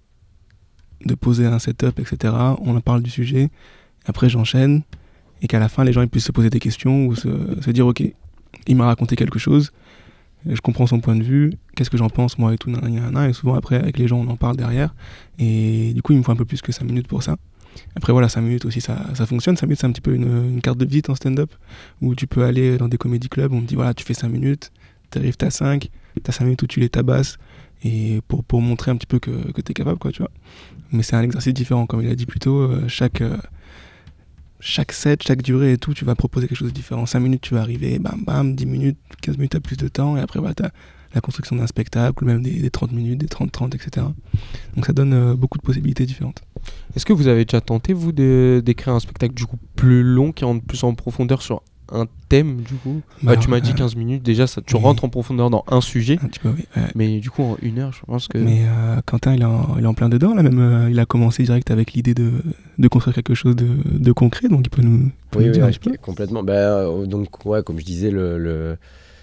Speaker 2: de poser un setup, et cetera. On en parle du sujet, après j'enchaîne, et qu'à la fin, les gens ils puissent se poser des questions ou se, se dire, ok, il m'a raconté quelque chose, je comprends son point de vue, qu'est-ce que j'en pense moi et tout, nan, nan, nan, et souvent après, avec les gens, on en parle derrière, et du coup, il me faut un peu plus que cinq minutes pour ça. Après voilà, cinq minutes aussi, ça, ça fonctionne. cinq minutes, c'est un petit peu une, une carte de visite en stand-up, où tu peux aller dans des comédie clubs, on te dit, voilà, tu fais cinq minutes, t'arrives, t'as cinq, t'as cinq minutes où tu les tabasses, et pour, pour montrer un petit peu que, que t'es capable, quoi, tu vois. Mais c'est un exercice différent, comme il a dit plus tôt, euh, chaque, euh, chaque set, chaque durée et tout, tu vas proposer quelque chose de différent. cinq minutes, tu vas arriver, bam bam, dix minutes, quinze minutes, t'as plus de temps, et après voilà, t'as la construction d'un spectacle, ou même des, des trente minutes, des trente trente, et cetera. Donc ça donne euh, beaucoup de possibilités différentes.
Speaker 4: Est-ce que vous avez déjà tenté, vous, de- d'écrire un spectacle du coup plus long, qui rentre plus en profondeur sur un thème, du coup
Speaker 2: Bah,
Speaker 4: Bah, tu m'as dit
Speaker 2: euh,
Speaker 4: quinze minutes, déjà, ça, tu
Speaker 2: oui.
Speaker 4: rentres en profondeur dans un sujet,
Speaker 2: Un petit peu, oui. ouais.
Speaker 4: mais du coup, en une heure, je pense que...
Speaker 2: Mais euh, Quentin, il est, en, il est en plein dedans, là, même. euh, il a commencé direct avec l'idée de, de construire quelque chose de, de concret, donc il peut nous, peut
Speaker 3: Oui,
Speaker 2: nous
Speaker 3: oui,
Speaker 2: dire un
Speaker 3: ouais,
Speaker 2: petit peu.
Speaker 3: complètement. Bah, euh, donc, ouais, comme je disais, le, le,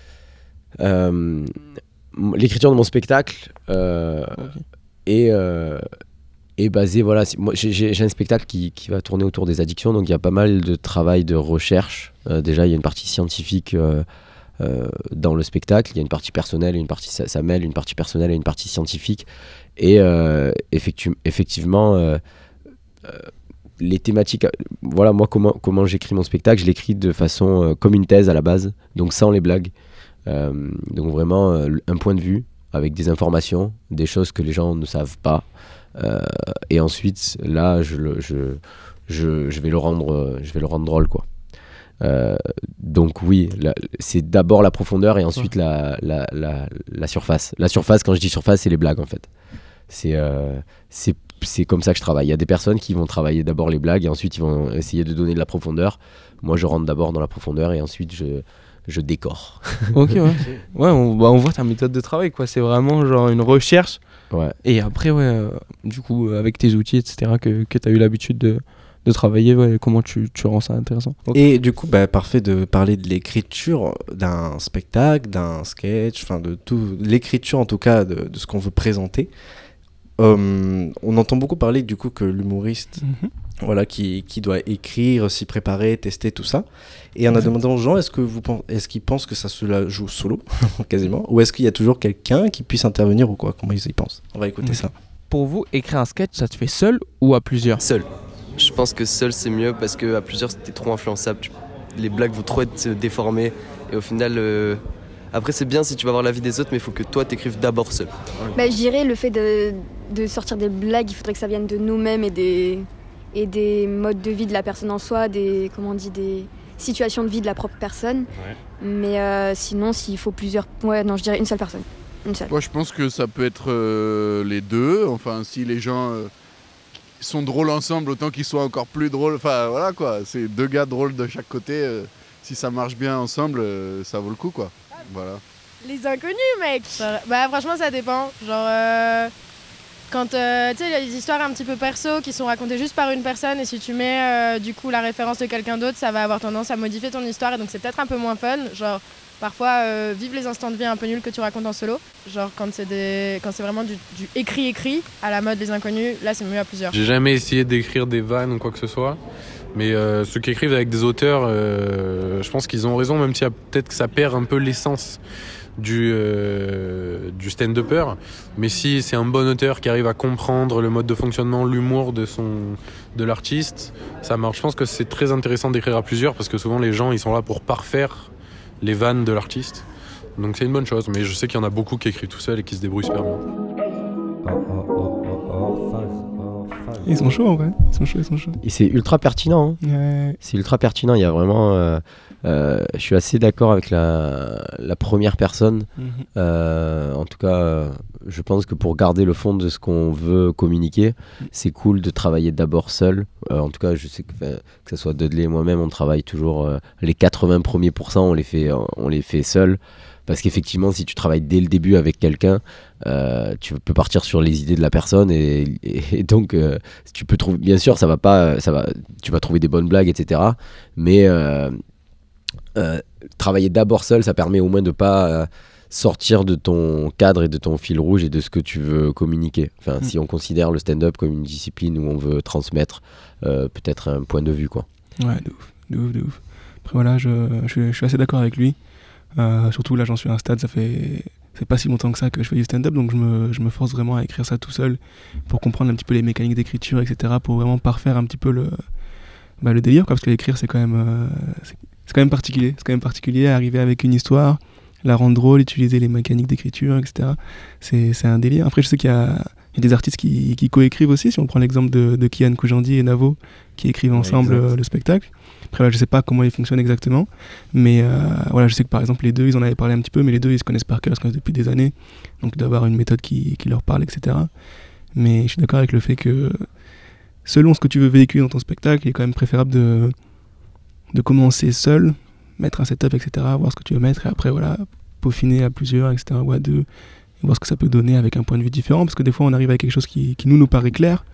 Speaker 3: euh, m- l'écriture de mon spectacle euh, est, euh, est basée. Voilà, c'est- moi, j'ai, j'ai- j'ai un spectacle qui, qui va tourner autour des addictions, donc il y a pas mal de travail de recherche. Euh, déjà, il y a une partie scientifique euh, euh, dans le spectacle, il y a une partie personnelle et une partie. Ça, ça mêle une partie personnelle et une partie scientifique. Et euh, effectu- effectivement. Euh, euh, les thématiques, voilà, moi, comment, comment j'écris mon spectacle, je l'écris de façon euh, comme une thèse à la base, donc sans les blagues. Euh, donc vraiment euh, un point de vue avec des informations, des choses que les gens ne savent pas. Euh, et ensuite, là, je, le, je, je, je, vais le rendre, je vais le rendre drôle, quoi. Euh, donc oui, la, c'est d'abord la profondeur et ensuite la, la, la, la surface. La surface, quand je dis surface, c'est les blagues, en fait. C'est, euh, c'est, c'est comme ça que je travaille. Il y a des personnes qui vont travailler d'abord les blagues et ensuite ils vont essayer de donner de la profondeur. Moi, je rentre d'abord dans la profondeur et ensuite je... je décore.
Speaker 4: Ok, ouais. Ouais, on, bah, on voit ta méthode de travail, quoi. C'est vraiment genre une recherche.
Speaker 3: Ouais.
Speaker 4: Et après, ouais, euh, du coup, euh, avec tes outils, et cetera, que, que tu as eu l'habitude de, de travailler, ouais, comment tu, tu rends ça intéressant.
Speaker 1: Okay. Et du coup, bah, parfait de parler de l'écriture d'un spectacle, d'un sketch, enfin de tout, l'écriture en tout cas de, de ce qu'on veut présenter. Euh, on entend beaucoup parler du coup que l'humoriste, mm-hmm. voilà, qui, qui doit écrire, s'y préparer, tester tout ça. Et on a demandé aux gens, est-ce que vous est-ce qu'ils pensent que ça se la joue solo, quasiment, ou est-ce qu'il y a toujours quelqu'un qui puisse intervenir ou quoi? Comment ils y pensent? On va écouter mmh. ça.
Speaker 4: Pour vous, écrire un sketch, ça te fait seul ou à plusieurs?
Speaker 9: Seul. Je pense que seul c'est mieux parce qu'à plusieurs t'es trop influençable. Tu... Les blagues vont trop être déformées et au final. Euh... Après, c'est bien si tu vas avoir l'avis des autres, mais il faut que toi, t'écrives d'abord seul.
Speaker 10: Bah, je dirais le fait de, de sortir des blagues, il faudrait que ça vienne de nous-mêmes et des, et des modes de vie de la personne en soi, des, comment on dit, des situations de vie de la propre personne. Ouais. Mais euh, sinon, s'il faut plusieurs... Ouais, non, je dirais une seule personne. Une seule.
Speaker 7: Moi, je pense que ça peut être euh, les deux. Enfin, si les gens euh, sont drôles ensemble, autant qu'ils soient encore plus drôles. Enfin, voilà, quoi. C'est deux gars drôles de chaque côté. Euh, si ça marche bien ensemble, euh, ça vaut le coup, quoi. Voilà.
Speaker 8: Les inconnus, mec. Bah franchement ça dépend. Genre euh, quand euh, tu sais il y a des histoires un petit peu perso qui sont racontées juste par une personne et si tu mets euh, du coup la référence de quelqu'un d'autre, ça va avoir tendance à modifier ton histoire et donc c'est peut-être un peu moins fun. Genre parfois euh, vivre les instants de vie un peu nuls que tu racontes en solo. Genre quand c'est des quand c'est vraiment du, du écrit écrit à la mode les inconnus, là c'est mieux à plusieurs.
Speaker 6: J'ai jamais essayé d'écrire des vannes ou quoi que ce soit. Mais euh, ceux qui écrivent avec des auteurs, euh, je pense qu'ils ont raison, même si peut-être que ça perd un peu l'essence du, euh, du stand-upper. Mais si c'est un bon auteur qui arrive à comprendre le mode de fonctionnement, l'humour de, son, de l'artiste, ça marche. Je pense que c'est très intéressant d'écrire à plusieurs parce que souvent les gens ils sont là pour parfaire les vannes de l'artiste. Donc c'est une bonne chose, mais je sais qu'il y en a beaucoup qui écrivent tout seul et qui se débrouillent super bien.
Speaker 2: Ils sont chauds en vrai, ils sont chauds, ils sont chauds.
Speaker 3: Et c'est ultra pertinent, hein. Ouais. C'est ultra pertinent, il y a vraiment... Euh, euh, je suis assez d'accord avec la, la première personne. Mm-hmm. Euh, en tout cas, euh, je pense que pour garder le fond de ce qu'on veut communiquer, mm. c'est cool de travailler d'abord seul. Euh, en tout cas, je sais que, que ce soit Dudley et moi-même, on travaille toujours... Euh, les quatre-vingts premiers pourcents, on les fait, on les fait seuls. Parce qu'effectivement, si tu travailles dès le début avec quelqu'un, euh, tu peux partir sur les idées de la personne et, et, et donc euh, tu peux trouver. Bien sûr, ça va pas, ça va. Tu vas trouver des bonnes blagues, et cetera. Mais euh, euh, travailler d'abord seul, ça permet au moins de pas euh, sortir de ton cadre et de ton fil rouge et de ce que tu veux communiquer. Enfin, mmh. si on considère le stand-up comme une discipline où on veut transmettre euh, peut-être un point de vue, quoi.
Speaker 2: Ouais, de ouf, de ouf, de ouf. Après voilà, je, je, je suis assez d'accord avec lui. Euh, surtout là j'en suis à un stade, ça fait c'est pas si longtemps que ça que je fais du stand-up, donc je me, je me force vraiment à écrire ça tout seul pour comprendre un petit peu les mécaniques d'écriture, et cetera, pour vraiment parfaire un petit peu le, bah, le délire, quoi, parce que l'écrire c'est quand même euh, c'est, c'est quand même particulier, c'est quand même particulier, arriver avec une histoire, la rendre drôle, utiliser les mécaniques d'écriture, et cetera. C'est, c'est un délire. Après je sais qu'il y a, il y a des artistes qui, qui coécrivent aussi, si on prend l'exemple de, de Kian Koujandi et Navo qui écrivent ensemble ouais, le spectacle. Après là, je sais pas comment ils fonctionnent exactement, mais euh, voilà, je sais que par exemple les deux, ils en avaient parlé un petit peu, mais les deux ils se connaissent par cœur, ils se connaissent depuis des années, donc d'avoir une méthode qui, qui leur parle, et cetera. Mais je suis d'accord avec le fait que selon ce que tu veux véhiculer dans ton spectacle, il est quand même préférable de, de commencer seul, mettre un setup, et cetera, voir ce que tu veux mettre, et après voilà, peaufiner à plusieurs, et cetera, ou à deux, et voir ce que ça peut donner avec un point de vue différent, parce que des fois on arrive avec quelque chose qui, qui nous, nous paraît clair,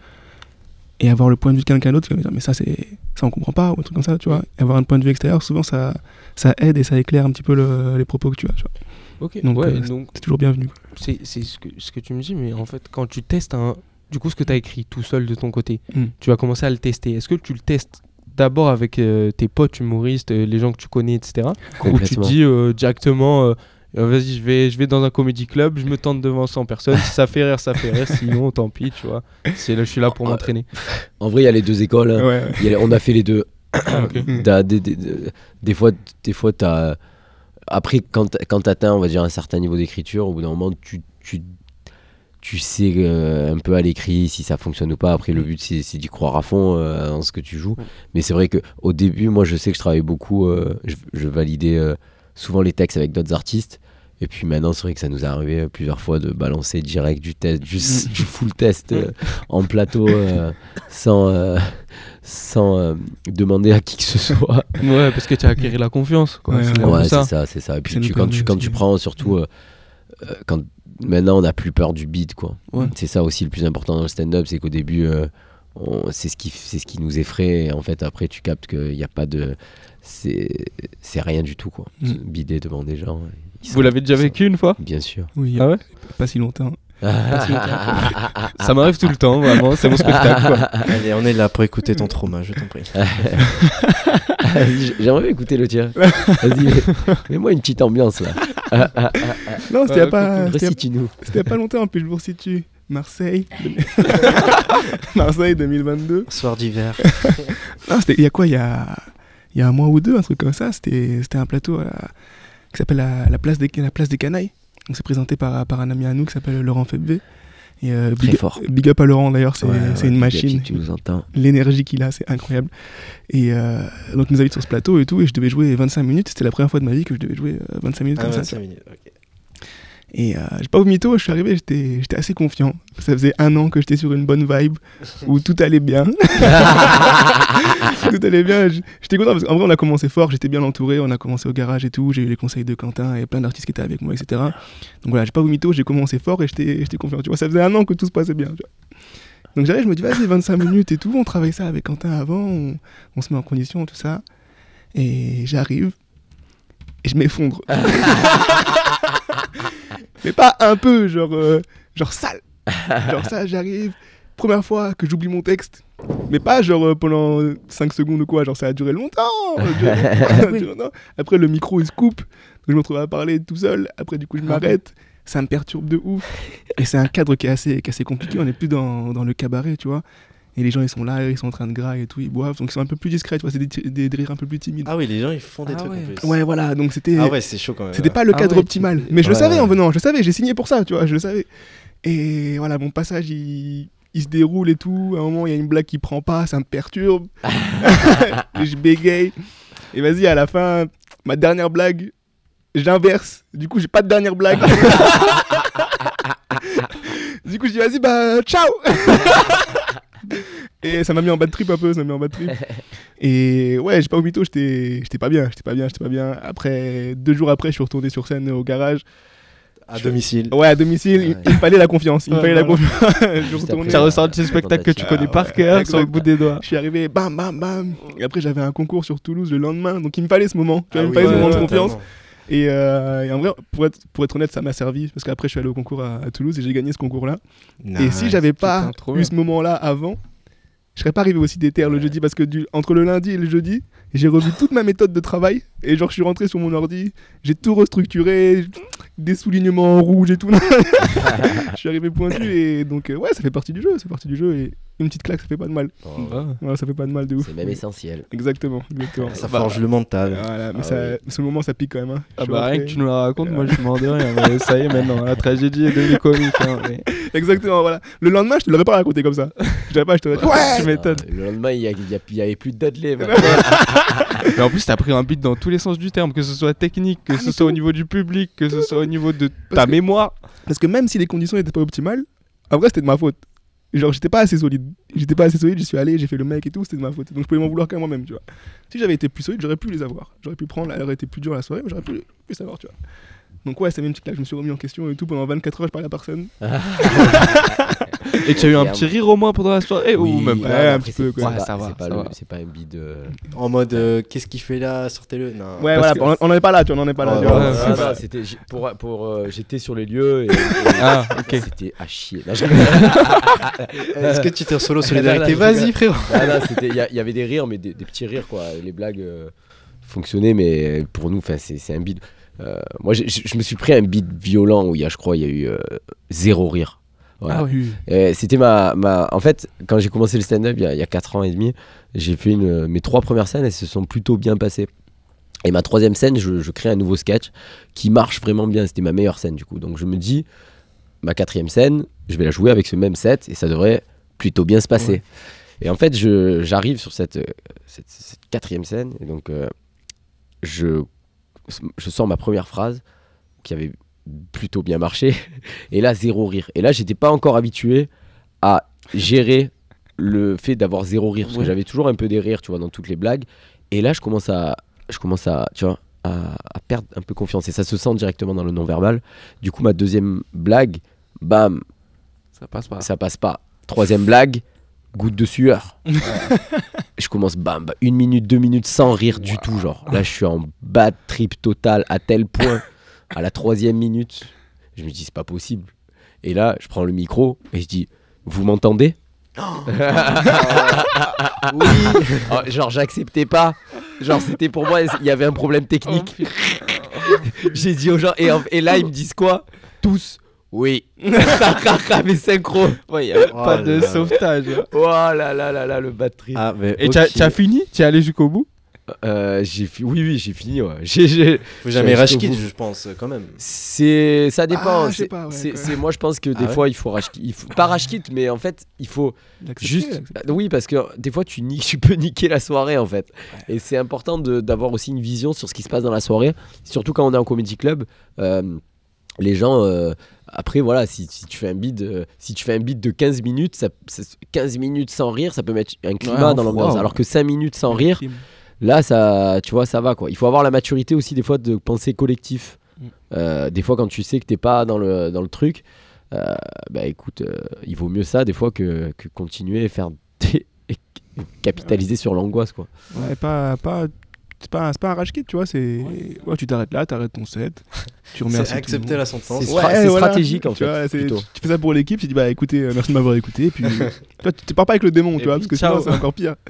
Speaker 2: et avoir le point de vue de quelqu'un d'autre qui va me dire mais ça c'est ça on comprend pas ou un truc comme ça, tu vois, et avoir un point de vue extérieur souvent ça ça aide et ça éclaire un petit peu le, les propos que tu as, tu vois.
Speaker 4: Ok,
Speaker 2: donc,
Speaker 4: ouais,
Speaker 2: euh,
Speaker 4: donc
Speaker 2: c'est toujours bienvenu, quoi.
Speaker 4: c'est c'est ce que ce que tu me dis, mais en fait quand tu testes un du coup ce que tu as écrit tout seul de ton côté, mm. tu vas commencer à le tester. Est-ce que tu le testes d'abord avec euh, tes potes humoristes, euh, les gens que tu connais, et cetera, ou tu te dis euh, directement euh, Euh, Vas-y, je vais, je vais dans un comedy club, je me tente devant cent personnes. Si ça fait rire, ça fait rire. Sinon, tant pis, tu vois. C'est là, je suis là pour m'entraîner.
Speaker 3: En vrai, il y a les deux écoles. Hein.
Speaker 2: Ouais.
Speaker 3: Il y a- on a fait les deux.
Speaker 4: Ok.
Speaker 3: T'as des, des, des, des fois, des fois t'as... Après, quand, quand tu atteins, on va dire, un certain niveau d'écriture, au bout d'un moment, tu, tu, tu sais euh, un peu à l'écrit si ça fonctionne ou pas. Après, le but, c'est, c'est d'y croire à fond euh, dans ce que tu joues. Mais c'est vrai qu'au début, moi, je sais que je travaillais beaucoup. Euh, je, je validais euh, souvent les textes avec d'autres artistes. Et puis maintenant, c'est vrai que ça nous est arrivé euh, plusieurs fois de balancer direct du test, du, du full test euh, en plateau euh, sans, euh, sans euh, demander à qui que ce soit.
Speaker 4: Ouais, parce que tu as acquis la confiance. Quoi.
Speaker 2: Ouais,
Speaker 4: C'est
Speaker 2: ouais,
Speaker 4: un peu
Speaker 3: Ouais,
Speaker 4: ça.
Speaker 3: c'est ça, c'est ça. Et puis
Speaker 2: Ça nous
Speaker 3: tu, quand, tu,
Speaker 2: permet
Speaker 3: quand
Speaker 2: aussi.
Speaker 3: tu prends surtout, euh, euh, quand maintenant on n'a plus peur du beat, quoi.
Speaker 4: Ouais.
Speaker 3: C'est ça aussi le plus important dans le stand-up, c'est qu'au début, euh, on- c'est ce qui, c'est ce qui nous effraie. Et en fait, après, tu captes qu'il n'y a pas de, c'est, c'est rien du tout, quoi.
Speaker 2: Mm.
Speaker 3: Bider devant des gens. ils
Speaker 4: Vous
Speaker 3: sont-
Speaker 4: l'avez déjà
Speaker 3: ils sont-
Speaker 4: vécu une fois?
Speaker 3: Bien sûr.
Speaker 2: Oui,
Speaker 4: Ah ouais?
Speaker 2: pas si longtemps.
Speaker 4: Ça m'arrive tout le temps, vraiment. C'est mon spectacle. Quoi.
Speaker 1: Allez, on est là pour écouter ton trauma, je t'en prie.
Speaker 3: Vas-y, j'aimerais bien écouter le tien. Vas-y, mets- mets-moi une petite ambiance là.
Speaker 2: Non, c'était il y a pas, c'était il y a-
Speaker 3: Récite-nous.
Speaker 2: c'était il y a pas longtemps, puis je vous resitue. Marseille. Marseille deux mille vingt-deux.
Speaker 1: Soir d'hiver.
Speaker 2: Non, c'était il y a quoi, il y a, il y a un mois ou deux, un truc comme ça. C'était, c'était un plateau à la- qui s'appelle la, la, place des, la place des Canailles. On s'est présenté par, par un ami à nous qui s'appelle Laurent Febvé. Et euh,
Speaker 3: Très
Speaker 2: big,
Speaker 3: fort.
Speaker 2: big up à Laurent d'ailleurs, c'est,
Speaker 3: Ouais,
Speaker 2: c'est
Speaker 3: ouais,
Speaker 2: une
Speaker 3: big up
Speaker 2: machine.
Speaker 3: si tu nous entends.
Speaker 2: L'énergie qu'il a, c'est incroyable. Et euh, donc il nous invite sur ce plateau et tout, et je devais jouer vingt-cinq minutes. C'était la première fois de ma vie que je devais jouer euh, vingt-cinq minutes
Speaker 1: Ah,
Speaker 2: comme ça.
Speaker 1: vingt-cinq minutes, ok.
Speaker 2: Et euh, j'ai pas au mytho, je suis arrivé, j'étais, j'étais assez confiant. Ça faisait un an que j'étais sur une bonne vibe, où tout allait bien. Tout allait bien, j- j'étais content parce qu'en vrai on a commencé fort, j'étais bien entouré, on a commencé au garage et tout, j'ai eu les conseils de Quentin et plein d'artistes qui étaient avec moi, et cetera. Donc voilà, j'ai pas au mytho, j'ai commencé fort et j'étais, j'étais confiant. Tu vois, ça faisait un an que tout se passait bien. Tu vois. Donc j'arrive, je me dis vas-y, vingt-cinq minutes et tout, on travaille ça avec Quentin avant, on, on se met en condition, tout ça. Et j'arrive, et je m'effondre. Mais pas un peu, genre, euh, genre sale. Genre ça, j'arrive, première fois que j'oublie mon texte. Mais pas genre euh, pendant cinq secondes ou quoi, genre ça a duré longtemps. Ça a duré longtemps, ça a duré longtemps. Après le micro il se coupe, donc je me retrouve à parler tout seul. Après du coup je m'arrête, ça me perturbe de ouf. Et c'est un cadre qui est assez, qui est assez compliqué, on n'est plus dans, dans le cabaret, tu vois. Et les gens ils sont là, ils sont en train de grailler et tout, ils boivent, donc ils sont un peu plus discrets, tu vois, c'est des, des, des rires un peu plus timides.
Speaker 1: Ah oui, les gens ils font des
Speaker 4: Ah
Speaker 1: trucs
Speaker 4: ouais.
Speaker 1: en plus.
Speaker 2: Ouais, voilà, donc c'était.
Speaker 1: Ah ouais, c'est chaud quand même.
Speaker 2: C'était pas le
Speaker 4: Ah
Speaker 2: cadre
Speaker 4: ouais,
Speaker 2: optimal. Mais je le
Speaker 1: Ouais,
Speaker 2: savais
Speaker 1: ouais.
Speaker 2: en venant, je le savais, j'ai signé pour ça, tu vois, je le savais. Et voilà, mon passage, il, il se déroule et tout. À un moment, il y a une blague qui prend pas, ça me perturbe. Et je bégaye. Et vas-y, à la fin, ma dernière blague, j'inverse. Du coup, j'ai pas de dernière blague. Du coup, je dis, vas-y, bah, ciao. Et ça m'a mis en bad trip un peu, ça m'a mis en bad trip. Et ouais, j'ai pas au mytho, j'étais j'étais pas bien, j'étais pas bien, j'étais pas bien. Après, deux jours après, je suis retourné sur scène au garage.
Speaker 1: À domicile.
Speaker 2: Ouais, à domicile, il,
Speaker 3: Ouais.
Speaker 2: il me fallait la confiance, il me
Speaker 4: Ouais,
Speaker 2: fallait la
Speaker 4: voilà.
Speaker 2: confiance. Je suis
Speaker 3: Juste
Speaker 2: retourné.
Speaker 3: après,
Speaker 4: Ça
Speaker 3: euh,
Speaker 4: ressort de ces spectacles que tu
Speaker 3: tentative.
Speaker 4: connais
Speaker 2: Ah
Speaker 4: par
Speaker 2: ouais,
Speaker 4: cœur
Speaker 2: exact.
Speaker 4: sur le bout des doigts.
Speaker 2: Je suis arrivé, bam, bam, bam. Et après, j'avais un concours sur Toulouse le lendemain, donc il me fallait ce moment. Tu vois,
Speaker 1: Ah
Speaker 2: il me
Speaker 1: oui,
Speaker 2: fallait ce
Speaker 1: ouais,
Speaker 2: moment de
Speaker 1: ouais,
Speaker 2: confiance.
Speaker 1: totalement.
Speaker 2: Et, euh, et en vrai, pour être, pour être honnête, ça m'a servi parce qu'après, je suis allé au concours à, à Toulouse et j'ai gagné ce concours-là. Et
Speaker 1: Nice.
Speaker 2: si j'avais pas
Speaker 4: putain, trop
Speaker 2: eu
Speaker 4: bien.
Speaker 2: ce moment-là avant, je serais pas arrivé aussi déter le jeudi parce que du, entre le lundi et le jeudi, j'ai revu toute ma méthode de travail et genre je suis rentré sur mon ordi, j'ai tout restructuré, des soulignements en rouge et tout. Je suis arrivé pointu et donc euh, ouais, ça fait partie du jeu, c'est partie du jeu et une petite claque, ça fait pas de mal.
Speaker 3: Oh,
Speaker 2: Ouais, ça fait pas de mal de ouf.
Speaker 3: c'est même essentiel.
Speaker 2: Exactement, exactement.
Speaker 1: Ça forge le mental.
Speaker 2: Voilà, mais
Speaker 3: Ah
Speaker 2: ça,
Speaker 3: oui.
Speaker 2: ce moment ça pique quand même. Hein. Je
Speaker 4: Ah
Speaker 2: suis
Speaker 4: bah rien
Speaker 2: rentré-
Speaker 4: que tu nous la racontes, moi je suis mort de rien. Mais ça y est, maintenant, la tragédie est devenue comique. Hein, mais...
Speaker 2: Exactement, voilà. Le lendemain, je te l'aurais pas raconté comme ça. Je t'aurais pas, je t'aurais dit ouais.
Speaker 4: Tu m'étonnes.
Speaker 3: Ah, le lendemain, il y, a- il y a- il y avait plus de Dudley.
Speaker 4: Mais en plus, t'as pris un beat dans tous les sens du terme, que ce soit technique, que
Speaker 2: Ah,
Speaker 4: ce
Speaker 2: mais
Speaker 4: soit au
Speaker 2: tout.
Speaker 4: niveau du public, que ce soit au niveau de
Speaker 2: Parce
Speaker 4: ta
Speaker 2: que-
Speaker 4: mémoire.
Speaker 2: Parce que même si les conditions étaient pas optimales, en vrai c'était de ma faute. Genre j'étais pas assez solide. J'étais pas assez solide, j'y suis allé, j'ai fait le mec et tout, c'était de ma faute. Donc je pouvais m'en vouloir qu'à moi-même, tu vois. Si j'avais été plus solide, j'aurais pu les avoir. J'aurais pu prendre, elle aurait été plus dure la soirée, mais j'aurais pu, pu les savoir, tu vois. Donc ouais, c'est même petite claque, je me suis remis en question et tout. Pendant vingt-quatre heures, je parlais à personne.
Speaker 4: Et tu as eu un
Speaker 3: Et
Speaker 4: petit
Speaker 3: un-
Speaker 4: rire au moins pendant la soirée ou même
Speaker 2: Ouais,
Speaker 4: pas
Speaker 2: un
Speaker 3: après,
Speaker 2: petit peu,
Speaker 3: c'est-
Speaker 2: quoi.
Speaker 3: c'est
Speaker 4: Ouais,
Speaker 3: pas-
Speaker 4: ça va,
Speaker 3: c'est pas
Speaker 4: ça
Speaker 3: le-
Speaker 4: va.
Speaker 3: C'est pas un bid. euh,
Speaker 1: En mode, euh, qu'est-ce qu'il fait là? Sortez-le. Non.
Speaker 2: Ouais,
Speaker 1: Parce
Speaker 2: voilà,
Speaker 1: que-
Speaker 2: on, on en est pas là, tu vois, on en est pas là.
Speaker 1: Ouais,
Speaker 2: tu vois.
Speaker 1: ouais,
Speaker 2: Euh,
Speaker 3: Ah,
Speaker 2: bah,
Speaker 3: non, c'était j- pour pour euh, j'étais sur les lieux et, et-
Speaker 4: Ah, ok.
Speaker 3: c'était à chier. Là, je rigole.
Speaker 1: Est-ce que tu t'es en solo
Speaker 3: Là,
Speaker 1: solidarité?
Speaker 3: là, je
Speaker 1: Vas-y,
Speaker 3: rigole.
Speaker 1: frérot.
Speaker 3: Ah, non, c'était- il y, a- il y avait des rires, mais des, des petits rires quoi. Les blagues euh, fonctionnaient, mais pour nous, 'fin, c'est c'est un bide. Euh, moi, j'ai- je me suis pris un beat violent où il y a, je crois, il y a eu euh, zéro rire. Voilà.
Speaker 2: Ah oui.
Speaker 3: Et c'était ma, ma. En fait, quand j'ai commencé le stand-up il y a, il y a quatre ans et demi, j'ai fait une, mes trois premières scènes, elles se sont plutôt bien passées. Et ma troisième scène, je, je crée un nouveau sketch qui marche vraiment bien. C'était ma meilleure scène du coup. Donc je me dis, ma quatrième scène, je vais la jouer avec ce même set et ça devrait plutôt bien se passer. Ouais. Et en fait, je, j'arrive sur cette, cette, cette quatrième scène et donc euh, je, je sors ma première phrase qui avait plutôt bien marché et là zéro rire. Et là, j'étais pas encore habitué à gérer le fait d'avoir zéro rire parce ouais. que j'avais toujours un peu des rires, tu vois, dans toutes les blagues. Et là, je commence à, je commence à, tu vois, à, à perdre un peu confiance et ça se sent directement dans le non-verbal. Du coup, ma deuxième blague, bam,
Speaker 4: ça passe pas.
Speaker 3: Ça passe pas. Troisième blague, goutte de sueur. Je commence, bam, bam, une minute, deux minutes sans rire wow. du tout, genre. Là, je suis en bad trip total à tel point. À la troisième minute, je me dis c'est pas possible. Et là, je prends le micro et je dis, vous m'entendez? Oui. Oh, genre j'acceptais pas. Genre c'était pour moi, il y avait un problème technique. J'ai dit aux gens et, et là ils me disent quoi? Tous. Oui. Mais synchro.
Speaker 4: Ouais, y avait oh pas de là. sauvetage.
Speaker 3: Oh là là là là le bad trip.
Speaker 4: Ah, mais et okay. tu as fini? Tu es allé jusqu'au bout?
Speaker 3: Euh, j'ai fi... Oui, oui, j'ai fini. Ouais. J'ai, j'ai...
Speaker 1: Faut jamais rage quit, je pense, quand même.
Speaker 3: C'est... Ça dépend.
Speaker 2: Ah,
Speaker 3: c'est...
Speaker 2: Pas, ouais,
Speaker 3: c'est... c'est... Moi, je pense que des ah, fois, ouais. il faut rage il faut... Pas rage quit, mais en fait, il faut juste. L'accepter. Oui, parce que des fois, tu, ni... tu peux niquer la soirée, en fait. Ouais. Et c'est important de... d'avoir aussi une vision sur ce qui se passe dans la soirée. Surtout quand on est en comedy club. Euh... Les gens. Euh... Après, voilà, si, si, tu fais un beat de, si tu fais un beat de quinze minutes, ça... quinze minutes sans rire, ça peut mettre un climat ouais, dans l'ambiance. Wow. Alors que cinq minutes sans rire. Crime. Là, ça, tu vois, ça va quoi. Il faut avoir la maturité aussi des fois de penser collectif. Mm. Euh, des fois, quand tu sais que t'es pas dans le dans le truc, euh, bah écoute, euh, il vaut mieux ça des fois que, que continuer et faire des... et capitaliser ouais. sur l'angoisse quoi.
Speaker 2: Ouais, pas pas c'est pas c'est pas un rage kit, tu vois. C'est ouais. Ouais, tu t'arrêtes là, t'arrêtes ton set, tu remercies.
Speaker 1: C'est accepter la sentence.
Speaker 3: C'est, stra- ouais, c'est voilà. stratégique en
Speaker 2: tu
Speaker 3: fait.
Speaker 2: Vois, tu fais ça pour l'équipe, tu dis bah écoutez, euh, merci de m'avoir écouté. Et puis toi, tu pars pas avec le démon, et tu vois, parce que sinon c'est encore pire.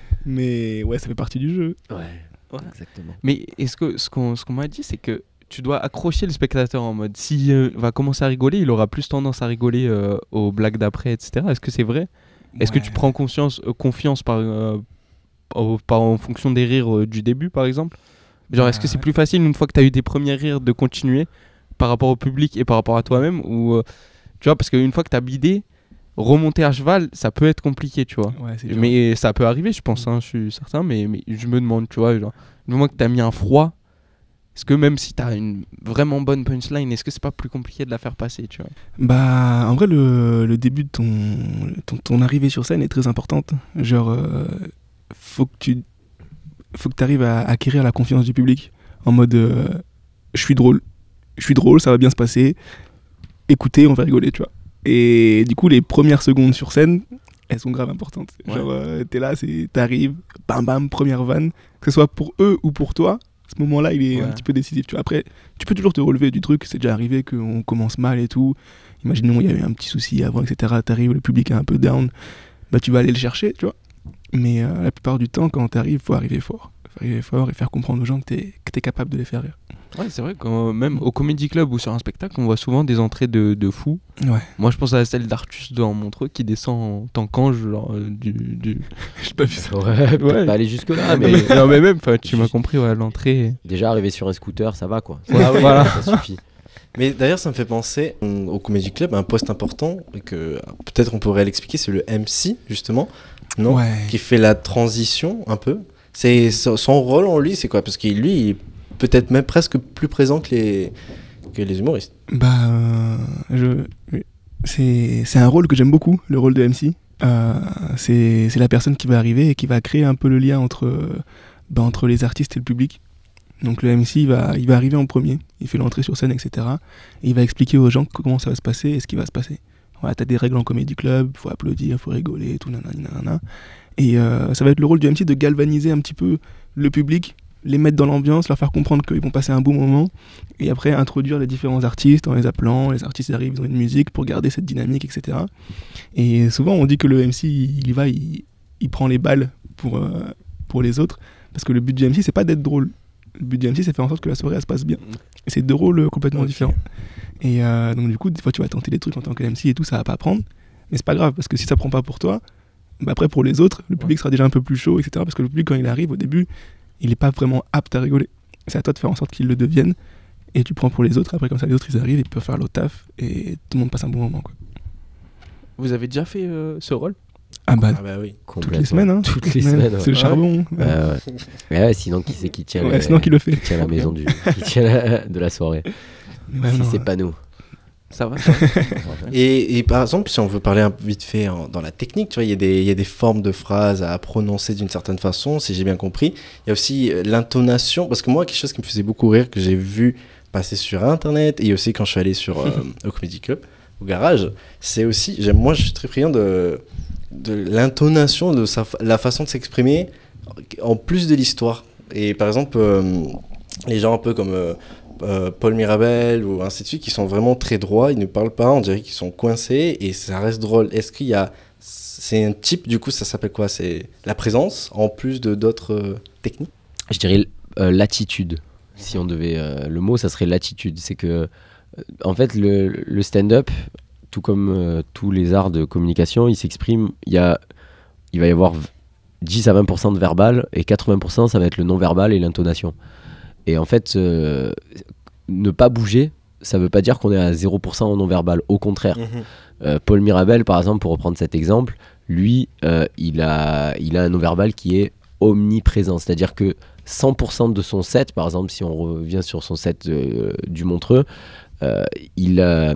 Speaker 2: Mais ouais, ça fait partie du jeu.
Speaker 3: Ouais, ouais. Exactement.
Speaker 4: Mais est-ce que ce qu'on, ce qu'on m'a dit, c'est que tu dois accrocher le spectateur en mode s'il euh, va commencer à rigoler, il aura plus tendance à rigoler euh, aux blagues d'après, et cetera. Est-ce que c'est vrai? Ouais. Est-ce que tu prends conscience, euh, confiance par, euh, au, par, en fonction des rires euh, du début, par exemple? Genre, ouais. Est-ce que c'est plus facile une fois que tu as eu des premiers rires de continuer par rapport au public et par rapport à toi-même ou euh, tu vois, parce qu'une fois que tu as bidé, remonter à cheval, ça peut être compliqué, tu vois.
Speaker 2: Ouais,
Speaker 4: mais ça peut arriver, je pense, hein, je suis certain, mais, mais je me demande, tu vois, genre, du moment que t'as mis un froid, est-ce que même si t'as une vraiment bonne punchline, est-ce que c'est pas plus compliqué de la faire passer, tu vois?
Speaker 2: Bah, en vrai, le, le début de ton, ton, ton arrivée sur scène est très importante. Genre, euh, faut que tu faut que t'arrives à acquérir la confiance du public, en mode, euh, je suis drôle, je suis drôle, ça va bien se passer, écoutez, on va rigoler, tu vois. Et du coup, les premières secondes sur scène, elles sont grave importantes. Ouais. Genre, euh, t'es là, c'est, t'arrives, bam bam, première vanne. Que ce soit pour eux ou pour toi, ce moment-là, il est ouais. un petit peu décisif. Tu vois. Après, tu peux toujours te relever du truc. C'est déjà arrivé qu'on commence mal et tout. Imaginons, il y a eu un petit souci avant, et cetera. T'arrives, le public est un peu down. Bah, tu vas aller le chercher, tu vois. Mais euh, la plupart du temps, quand t'arrives, faut arriver fort. Faut arriver fort et faire comprendre aux gens que t'es, que t'es capable de les faire rire.
Speaker 4: Ouais, c'est vrai que même au Comedy Club ou sur un spectacle, on voit souvent des entrées de, de fous.
Speaker 2: Ouais.
Speaker 4: Moi, je pense à celle d'Artus dans Montreux qui descend en tant qu'ange, genre euh, du. du...
Speaker 2: J'ai pas vu ça.
Speaker 3: Ouais, ouais. Pas aller jusque-là. Mais...
Speaker 4: mais... non, mais même, tu m'as compris, ouais, l'entrée.
Speaker 3: Déjà, arriver sur un scooter, ça va quoi.
Speaker 1: Ah, oui,
Speaker 4: voilà.
Speaker 1: Ça suffit. Mais d'ailleurs, ça me fait penser au Comedy Club, un poste important, que peut-être on pourrait l'expliquer, c'est le M C, justement, non
Speaker 2: ouais.
Speaker 1: Qui fait la transition un peu. C'est son rôle en lui, c'est quoi? Parce que lui, il est peut-être même presque plus présent que les, que les humoristes.
Speaker 2: Bah, euh, je, c'est, c'est un rôle que j'aime beaucoup, le rôle de M C. Euh, c'est, c'est la personne qui va arriver et qui va créer un peu le lien entre, bah, entre les artistes et le public. Donc le M C, il va, il va arriver en premier, il fait l'entrée sur scène, et cetera. Et il va expliquer aux gens comment ça va se passer et ce qui va se passer. Voilà, t'as des règles en comédie club, faut applaudir, faut rigoler, tout nanana, nanana. Et euh, ça va être le rôle du M C de galvaniser un petit peu le public, les mettre dans l'ambiance, leur faire comprendre qu'ils vont passer un bon moment, et après introduire les différents artistes en les appelant. Les artistes arrivent, ils ont une musique pour garder cette dynamique, et cetera. Et souvent on dit que le M C, il y va, il, il prend les balles pour, euh, pour les autres, parce que le but du M C, c'est pas d'être drôle. Le but du M C, c'est faire en sorte que la soirée elle se passe bien. Et c'est deux rôles complètement
Speaker 1: Ok.
Speaker 2: différents. Et euh, donc du coup, des fois tu vas tenter des trucs en tant que M C et tout, ça va pas prendre. Mais c'est pas grave, parce que si ça prend pas pour toi, bah après pour les autres, le public sera déjà un peu plus chaud, et cetera. Parce que le public, quand il arrive au début, il est pas vraiment apte à rigoler. C'est à toi de faire en sorte qu'il le devienne. Et tu prends pour les autres, après comme ça les autres ils arrivent, ils peuvent faire leur taf, et tout le monde passe un bon moment, quoi.
Speaker 11: Vous avez déjà fait euh, ce rôle?
Speaker 2: Ah bah,
Speaker 1: Ah bah oui.
Speaker 2: toutes les semaines, hein.
Speaker 3: Toutes les semaines, ouais.
Speaker 2: C'est le charbon.
Speaker 3: Ouais, ouais. Ouais, ouais, sinon qui c'est qui tient,
Speaker 2: Ouais,
Speaker 3: le-
Speaker 2: sinon qui le fait.
Speaker 3: qui tient la maison du, qui tient la- de la soirée.
Speaker 2: Ouais,
Speaker 3: si
Speaker 2: non,
Speaker 3: c'est
Speaker 2: ouais.
Speaker 3: pas nous.
Speaker 11: Ça va, ça va.
Speaker 1: Et, et par exemple, si on veut parler un peu vite fait en- dans la technique, tu vois, il y, a des- il y a des formes de phrases à prononcer d'une certaine façon, si j'ai bien compris. Il y a aussi euh, l'intonation, parce que moi, quelque chose qui me faisait beaucoup rire, que j'ai vu passer sur Internet, et aussi quand je suis allé sur, euh, au Comedy Club, au garage, c'est aussi, j'aime, moi je suis très friand de, de l'intonation, de sa, fa- la façon de s'exprimer, en plus de l'histoire. Et par exemple, euh, les gens un peu comme... euh, Euh, Paul Mirabel ou ainsi de suite qui sont vraiment très droits, ils ne parlent pas, on dirait qu'ils sont coincés et ça reste drôle. Est-ce qu'il y a, c'est un type, du coup ça s'appelle quoi? C'est la présence en plus de d'autres euh, techniques?
Speaker 3: Je dirais euh, l'attitude. Si on devait, euh, le mot, ça serait l'attitude. C'est que, euh, en fait, le, le stand-up, tout comme euh, tous les arts de communication, il s'exprime. Il y a, il va y avoir dix à vingt pour cent de verbal et quatre-vingts pour cent ça va être le non-verbal et l'intonation. Et en fait, euh, ne pas bouger, ça veut pas dire qu'on est à zéro pour cent en non-verbal. Au contraire.
Speaker 1: Mhm.
Speaker 3: Euh, Paul Mirabel, par exemple, pour reprendre cet exemple, lui, euh, il, a, il a un non-verbal qui est omniprésent. C'est-à-dire que cent pour cent de son set, par exemple, si on revient sur son set euh, du Montreux, euh, il, a,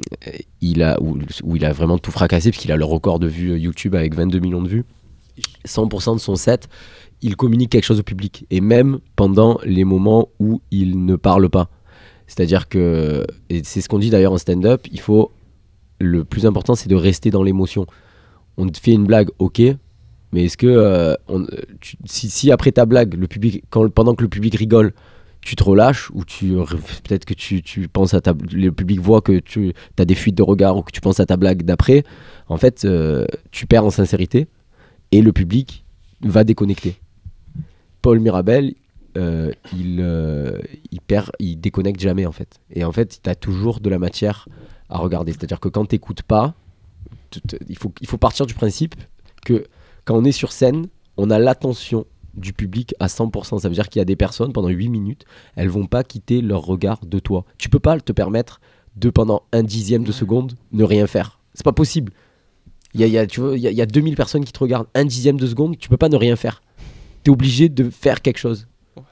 Speaker 3: il a, où, où il a vraiment tout fracassé, parce qu'il a le record de vues YouTube avec vingt-deux millions de vues. cent pour cent de son set, il communique quelque chose au public. Et même pendant les moments où il ne parle pas. C'est-à-dire que, et c'est ce qu'on dit d'ailleurs en stand-up, il faut, le plus important c'est de rester dans l'émotion. On te fait une blague, ok, mais est-ce que euh, on, tu, si, si après ta blague, le public, quand, pendant que le public rigole, tu te relâches, ou tu, peut-être que tu, tu penses à ta, le public voit que tu as des fuites de regard, ou que tu penses à ta blague d'après, en fait euh, tu perds en sincérité et le public va déconnecter. Paul Mirabel, Euh, il, euh, il perd, il déconnecte jamais en fait. Et en fait, tu as toujours de la matière à regarder. C'est-à-dire que quand tu n'écoutes pas, t- t- il faut, il faut partir du principe que quand on est sur scène, on a l'attention du public à cent pour cent. Ça veut dire qu'il y a des personnes, pendant huit minutes, elles vont pas quitter leur regard de toi. Tu peux pas te permettre de, pendant un dixième de seconde, ne rien faire. C'est pas possible. Il y a, il y a, tu vois, il y a, il y a deux mille personnes qui te regardent un dixième de seconde, tu peux pas ne rien faire. Tu es obligé de faire quelque chose.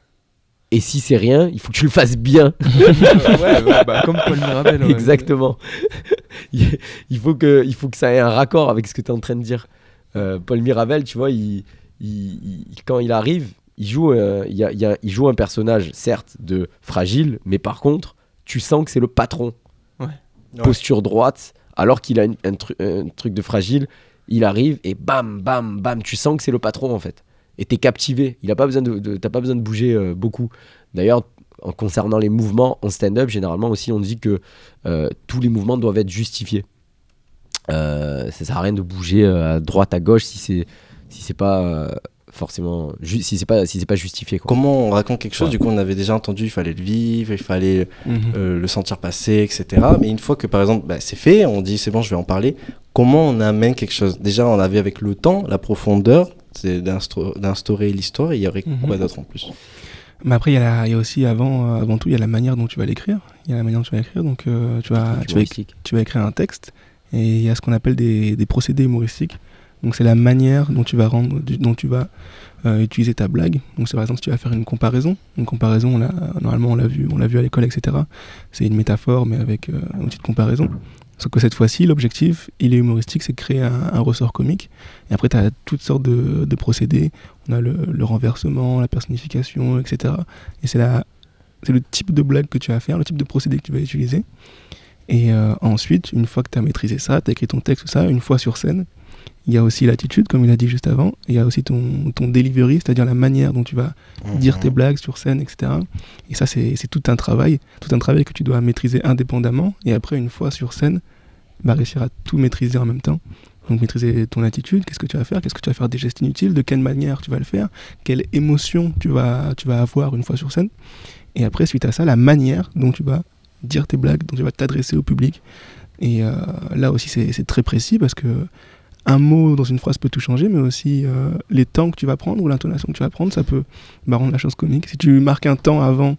Speaker 3: Et si c'est rien, il faut que tu le fasses bien.
Speaker 11: ouais, ouais, bah, comme Paul Mirabel. Ouais.
Speaker 3: Exactement. il, faut que, il faut que ça ait un raccord avec ce que tu es en train de dire. Euh, Paul Mirabel, tu vois, il, il, il, quand il arrive, il joue, euh, il, y a, il, y a, il joue un personnage, certes, de fragile, mais par contre, tu sens que c'est le patron.
Speaker 11: Ouais.
Speaker 3: Posture droite, alors qu'il a une, un, tru- un truc de fragile, il arrive et bam, bam, bam, tu sens que c'est le patron en fait. Et t'es captivé, il a pas besoin de, de, t'as pas besoin de bouger euh, beaucoup. D'ailleurs, en concernant les mouvements en stand-up, généralement aussi on dit que euh, tous les mouvements doivent être justifiés. Euh, ça sert à rien de bouger euh, à droite, à gauche si c'est si c'est pas euh, forcément ju- si c'est pas si c'est pas justifié. Quoi.
Speaker 1: Comment on raconte quelque chose?
Speaker 3: Ouais.
Speaker 1: Du coup, on avait déjà entendu, il fallait le vivre, il fallait
Speaker 2: Mhm.
Speaker 1: euh, le sentir passer, et cetera. Mais une fois que par exemple, bah, c'est fait, on dit c'est bon, je vais en parler. Comment on amène quelque chose? Déjà, on avait avec le temps, la profondeur, c'est d'instau- d'instaurer l'histoire. Et il y aurait
Speaker 2: Mhm.
Speaker 1: quoi d'autre en plus?
Speaker 2: Mais après, il y, a la- il y a aussi, avant, euh, avant tout, il y a la manière dont tu vas l'écrire. Il y a la manière dont tu vas l'écrire. Donc, euh, tu, vas, tu, vas, éc- tu vas écrire un texte et il y a ce qu'on appelle des, des procédés humoristiques. Donc, c'est la manière dont tu vas, rendre, du- dont tu vas euh, utiliser ta blague. Donc, c'est par exemple si tu vas faire une comparaison. Une comparaison, on l'a- normalement, on l'a vu, on l'a vu à l'école, et cetera. C'est une métaphore, mais avec euh, un outil de comparaison. Sauf que cette fois-ci, l'objectif, il est humoristique, c'est de créer un, un ressort comique. Et après, tu as toutes sortes de, de procédés. On a le, le renversement, la personnification, et cetera. Et c'est, la, c'est le type de blague que tu vas faire, le type de procédé que tu vas utiliser. Et euh, ensuite, une fois que tu as maîtrisé ça, tu as écrit ton texte, tout ça, une fois sur scène, il y a aussi l'attitude, comme il a dit juste avant. Et il y a aussi ton, ton delivery, c'est-à-dire la manière dont tu vas
Speaker 1: Mhm.
Speaker 2: dire tes blagues sur scène, et cetera. Et ça, c'est, c'est tout un travail, tout un travail que tu dois maîtriser indépendamment. Et après, une fois sur scène, bah, réussir à tout maîtriser en même temps. Donc maîtriser ton attitude, qu'est-ce que tu vas faire, qu'est-ce que tu vas faire des gestes inutiles, de quelle manière tu vas le faire, quelle émotion tu vas, tu vas avoir une fois sur scène. Et après, suite à ça, la manière dont tu vas dire tes blagues, dont tu vas t'adresser au public. Et euh, là aussi, c'est, c'est très précis parce que un mot dans une phrase peut tout changer, mais aussi euh, les temps que tu vas prendre ou l'intonation que tu vas prendre, ça peut bah, rendre la chose comique. Si tu marques un temps avant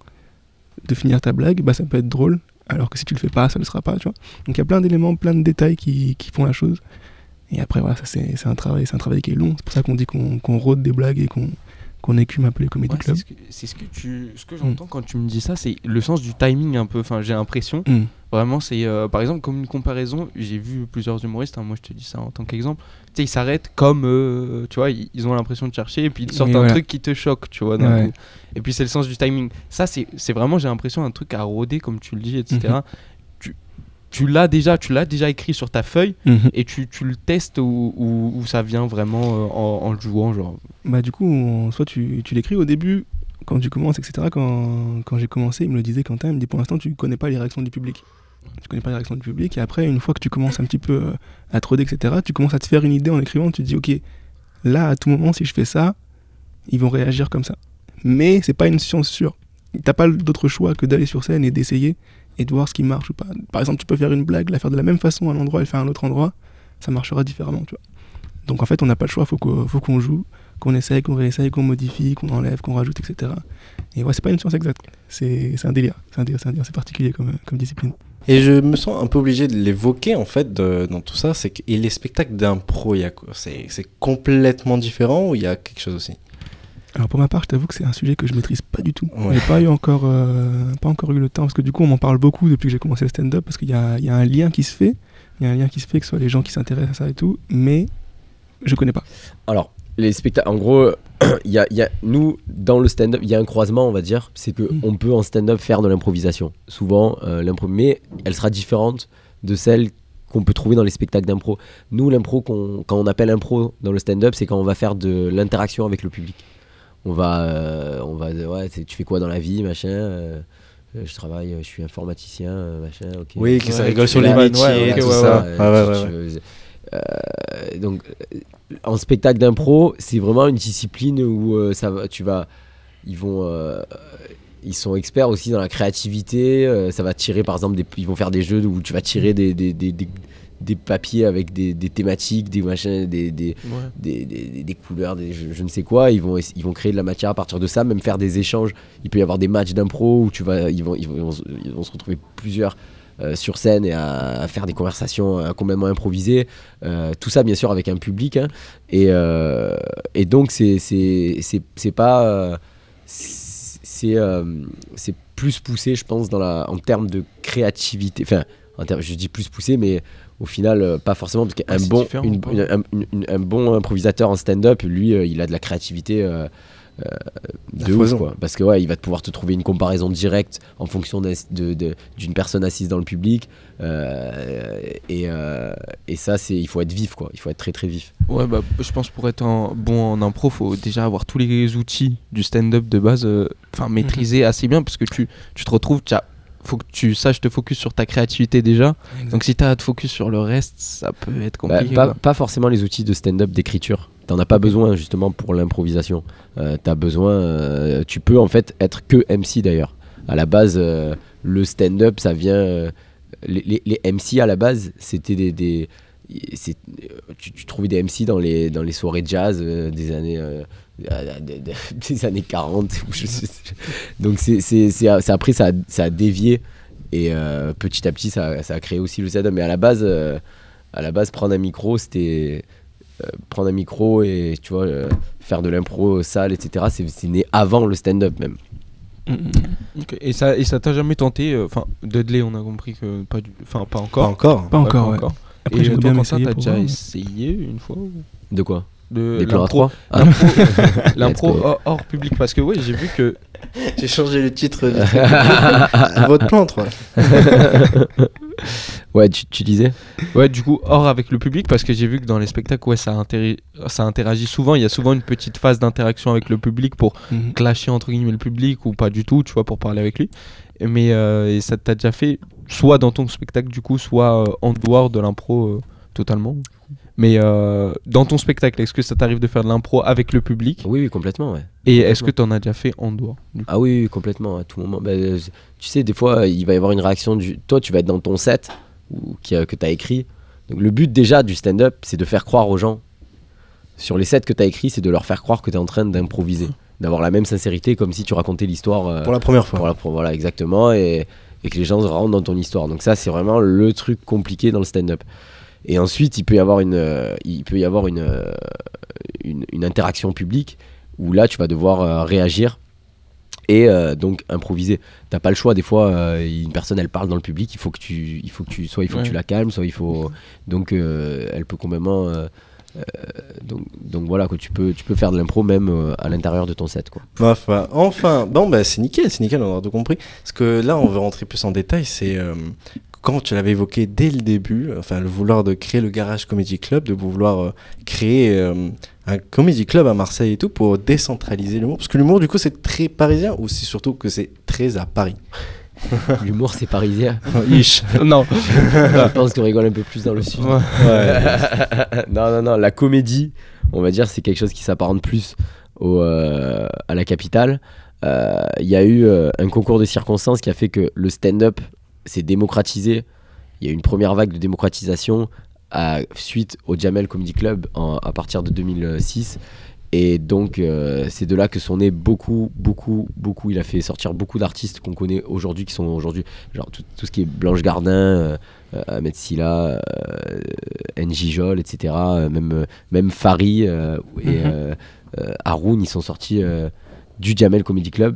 Speaker 2: de finir ta blague, bah, ça peut être drôle, alors que si tu le fais pas, ça le sera pas, tu vois. Donc il y a plein d'éléments, plein de détails qui, qui font la chose. Et après, voilà, ça c'est, c'est un travail, c'est un travail qui est long. C'est pour ça qu'on dit qu'on, qu'on rôde des blagues et qu'on, qu'on écume un peu les comédie
Speaker 4: Ouais,
Speaker 2: clubs.
Speaker 4: c'est ce que, c'est ce que tu, ce que j'entends quand tu me dis ça, c'est le sens du timing un peu. Enfin, j'ai l'impression.
Speaker 2: Mm.
Speaker 4: Vraiment, c'est euh, par exemple comme une comparaison. J'ai vu plusieurs humoristes. Hein, moi, je te dis ça en tant qu'exemple. Tu sais, ils s'arrêtent comme, euh, tu vois, ils, ils ont l'impression de chercher et puis ils sortent
Speaker 2: Et
Speaker 4: un
Speaker 2: voilà.
Speaker 4: truc qui te choque, tu vois. D'un
Speaker 2: Ouais.
Speaker 4: coup. Et puis c'est le sens du timing. Ça, c'est, c'est vraiment, j'ai l'impression, un truc à rôder, comme tu le dis, et cetera.
Speaker 2: Mhm.
Speaker 4: Tu, tu l'as déjà, tu l'as déjà écrit sur ta feuille
Speaker 2: Mhm.
Speaker 4: et tu, tu le testes ou, ou, ou ça vient vraiment euh, en, en le jouant, genre.
Speaker 2: Bah, du coup, on- soit tu, tu l'écris au début, quand tu commences, et cetera. Quand, quand j'ai commencé, il me le disait, Quentin, il me dit pour l'instant, tu connais pas les réactions du public. Tu connais pas les réactions du public. Et après, une fois que tu commences un petit peu euh, à te roder, et cetera, tu commences à te faire une idée en écrivant. Tu te dis, ok, là, à tout moment, si je fais ça, ils vont réagir comme ça. Mais c'est pas une science sûre. T'as pas d'autre choix que d'aller sur scène et d'essayer et de voir ce qui marche ou pas. Par exemple, tu peux faire une blague, la faire de la même façon à un endroit et le faire à un autre endroit, ça marchera différemment, tu vois. Donc en fait, on n'a pas le choix, faut qu'on, faut qu'on joue, qu'on essaye, qu'on réessaye, qu'on modifie, qu'on enlève, qu'on rajoute, et cetera. Et ouais, c'est pas une science exacte, c'est, c'est un délire, c'est un délire, c'est un délire, c'est particulier comme, comme discipline.
Speaker 1: Et je me sens un peu obligé de l'évoquer en fait de- dans tout ça, c'est que et les spectacles d'impro, il y a quoi c'est, c'est complètement différent ou il y a quelque chose aussi?
Speaker 2: Alors pour ma part, je t'avoue que c'est un sujet que je maîtrise pas du tout.
Speaker 1: Ouais.
Speaker 2: J'ai pas eu encore, euh, pas encore eu le temps parce que du coup on m'en parle beaucoup depuis que j'ai commencé le stand-up parce qu'il y a, il y a un lien qui se fait, il y a un lien qui se fait que ce soit les gens qui s'intéressent à ça et tout, mais je connais pas.
Speaker 3: Alors, les spectacles, en gros, il y a, il y a, nous, dans le stand-up, il y a un croisement, on va dire. C'est qu'on
Speaker 2: Mm.
Speaker 3: peut en stand-up faire de l'improvisation. Souvent, euh, l'impro, mais elle sera différente de celle qu'on peut trouver dans les spectacles d'impro. Nous, l'impro, qu'on, quand on appelle impro dans le stand-up, c'est quand on va faire de l'interaction avec le public. On va, euh, on va, ouais, c'est- tu fais quoi dans la vie, machin euh, euh, je travaille, je suis informaticien, euh, machin, ok.
Speaker 1: Oui, que ça
Speaker 3: Ouais,
Speaker 1: rigole
Speaker 3: tu
Speaker 1: sur
Speaker 3: fais
Speaker 1: les
Speaker 3: la-
Speaker 1: métiers
Speaker 3: ouais,
Speaker 1: et
Speaker 3: ouais,
Speaker 1: tout
Speaker 3: ouais,
Speaker 1: ça.
Speaker 3: ouais,
Speaker 1: Ouais, ouais,
Speaker 3: tu-
Speaker 1: ouais,
Speaker 3: tu- euh, donc, euh, en spectacle d'impro, c'est vraiment une discipline où euh, ça va, tu vas, ils vont, euh, ils sont experts aussi dans la créativité. euh, ça va tirer, par exemple, des, ils vont faire des jeux où tu vas tirer des, des, des, des, des papiers avec des, des thématiques, des machins, des, des,
Speaker 4: Ouais.
Speaker 3: des, des, des couleurs, des, je, je ne sais quoi. Ils vont, ils vont créer de la matière à partir de ça, même faire des échanges. Il peut y avoir des matchs d'impro où tu vas, ils vont, ils vont, ils vont, se- ils vont se retrouver plusieurs euh, sur scène et à, à faire des conversations euh, complètement improvisées. Euh, tout ça, bien sûr, avec un public. Hein. Et, euh, et donc, c'est, c'est, c'est, c'est pas. euh, c'est, euh, c'est plus poussé, je pense, dans la, en termes de créativité. Enfin, en termes, je dis plus poussé, mais au final, euh, pas forcément, parce qu'un
Speaker 4: Ouais, c'est
Speaker 3: bon,
Speaker 4: différent,
Speaker 3: une-
Speaker 4: quoi.
Speaker 3: une- un, une- un bon improvisateur en stand-up, lui, euh, il a de la créativité euh, euh,
Speaker 1: À
Speaker 3: de ouf,
Speaker 1: foison.
Speaker 3: quoi. Parce que ouais, il va te pouvoir te trouver une comparaison directe en fonction d'un- de, de- d'une personne assise dans le public. euh, et, euh, et ça, c'est, il faut être vif, quoi. Il faut être très très vif.
Speaker 4: Ouais, bah, je pense pour être un, bon en impro, faut déjà avoir tous les outils du stand-up de base, enfin maîtriser assez bien parce que tu, tu te retrouves, t'as- faut que tu saches te focus sur ta créativité déjà. Donc si tu as à te focus sur le reste, ça peut être
Speaker 3: Bah,
Speaker 4: compliqué.
Speaker 3: pas,
Speaker 4: quoi.
Speaker 3: pas forcément les outils de stand-up d'écriture. T'en as pas besoin justement pour l'improvisation. Euh, t'as besoin, euh, tu peux en fait être que M C d'ailleurs. À la base, euh, le stand-up, ça vient. euh, les, les, les M C à la base, c'était des, des c'est, tu, tu trouvais des M C dans les dans les soirées jazz euh, des années euh, des, des- des années quarante. ou je sais- Donc c'est c'est c'est c'est après ça a, ça a dévié et euh, petit à petit ça, ça a créé aussi le stand-up. Mais à la base, euh, à la base, prendre un micro, c'était euh, prendre un micro et tu vois euh, faire de l'impro sale, et cetera. C'est, c'est né avant le stand-up même.
Speaker 4: Ok. Et ça, et ça t'a jamais tenté, enfin Dudley, on a compris que pas, du, enfin pas encore.
Speaker 1: Pas encore.
Speaker 2: Pas encore, ouais. Après,
Speaker 4: Et
Speaker 2: j'aimerais
Speaker 4: toi,
Speaker 2: bien
Speaker 4: Quentin,
Speaker 2: m'essayer
Speaker 4: t'as
Speaker 2: pour
Speaker 4: déjà
Speaker 2: voir, mais-
Speaker 4: essayé une fois ou...
Speaker 3: De quoi?
Speaker 4: de
Speaker 3: Des plans à
Speaker 4: l'impro-
Speaker 3: trois Ah.
Speaker 4: l'impro, l'impro
Speaker 3: Let's go.
Speaker 4: hors, hors public parce que ouais, j'ai vu que
Speaker 1: J'ai changé le titre du truc. À votre plan, toi.
Speaker 3: Ouais, tu, tu disais
Speaker 4: ouais, du coup hors avec le public parce que j'ai vu que dans les spectacles ouais, ça interagit, ça interagit souvent, il y a souvent une petite phase d'interaction avec le public pour
Speaker 2: Mhm.
Speaker 4: clasher entre guillemets le public ou pas du tout, tu vois, pour parler avec lui. Mais euh, et ça t'a déjà fait soit dans ton spectacle du coup, soit euh, en dehors de l'impro euh, totalement. Mais euh, dans ton spectacle, est-ce que ça t'arrive de faire de l'impro avec le public?
Speaker 3: Oui, oui, complètement, ouais.
Speaker 4: Et
Speaker 3: Complètement.
Speaker 4: est-ce que t'en as déjà fait en dehors du coup?
Speaker 3: Ah oui, oui, complètement, à tout moment. Bah, euh, tu sais, des fois, il va y avoir une réaction du... Toi, tu vas être dans ton set ou, qui, euh, que tu as écrit. Donc le but déjà du stand-up, c'est de faire croire aux gens. Sur les sets que tu as écrits, c'est de leur faire croire que tu es en train d'improviser. D'avoir la même sincérité comme si tu racontais l'histoire. Euh,
Speaker 1: Pour la première fois.
Speaker 3: Pour la, pour, voilà, exactement. Et, et que les gens rentrent dans ton histoire. Donc ça, c'est vraiment le truc compliqué dans le stand-up. Et ensuite, il peut y avoir une, euh, il peut y avoir une, euh, une, une interaction publique où là, tu vas devoir euh, réagir et euh, donc improviser. T'as pas le choix. Des fois, euh, une personne, elle parle dans le public. Il faut que tu, il faut que tu, soit il faut
Speaker 4: Ouais.
Speaker 3: que tu la calmes, soit il faut. Donc, euh, elle peut complètement. Euh, euh, donc, donc voilà, quoi. Tu peux, tu peux faire de l'impro même euh, à l'intérieur de ton set, quoi.
Speaker 1: Enfin, enfin, bon, bah, c'est nickel, c'est nickel, on a tout compris. Parce que là, on veut rentrer plus en détail, c'est euh, quand tu l'avais évoqué dès le début, enfin, le vouloir de créer le Garage Comedy Club, de vouloir euh, créer euh, un comedy club à Marseille et tout pour décentraliser l'humour. Parce que l'humour, du coup, c'est très parisien ou c'est surtout que c'est très à Paris?
Speaker 3: L'humour, c'est parisien.
Speaker 1: Ish.
Speaker 4: Non.
Speaker 3: Je pense qu'on rigole un peu plus dans le sud.
Speaker 4: Ouais.
Speaker 1: Ouais.
Speaker 3: non, non, non. La comédie, on va dire, c'est quelque chose qui s'apparente plus au, euh, à la capitale. Il euh, y a eu euh, un concours de circonstances qui a fait que le stand-up s'est démocratisé. Il y a eu une première vague de démocratisation à, suite au Jamel Comedy Club en, à partir de deux mille six. Et donc, euh, c'est de là que sont nés beaucoup, beaucoup, beaucoup. Il a fait sortir beaucoup d'artistes qu'on connaît aujourd'hui, qui sont aujourd'hui, genre tout, tout ce qui est Blanche Gardin, euh, Ahmed Silla, euh, N J Jol, et cetera. Euh, même, euh, même Fari euh, et
Speaker 4: Mhm.
Speaker 3: euh, euh, Haroun, ils sont sortis euh, du Jamel Comedy Club.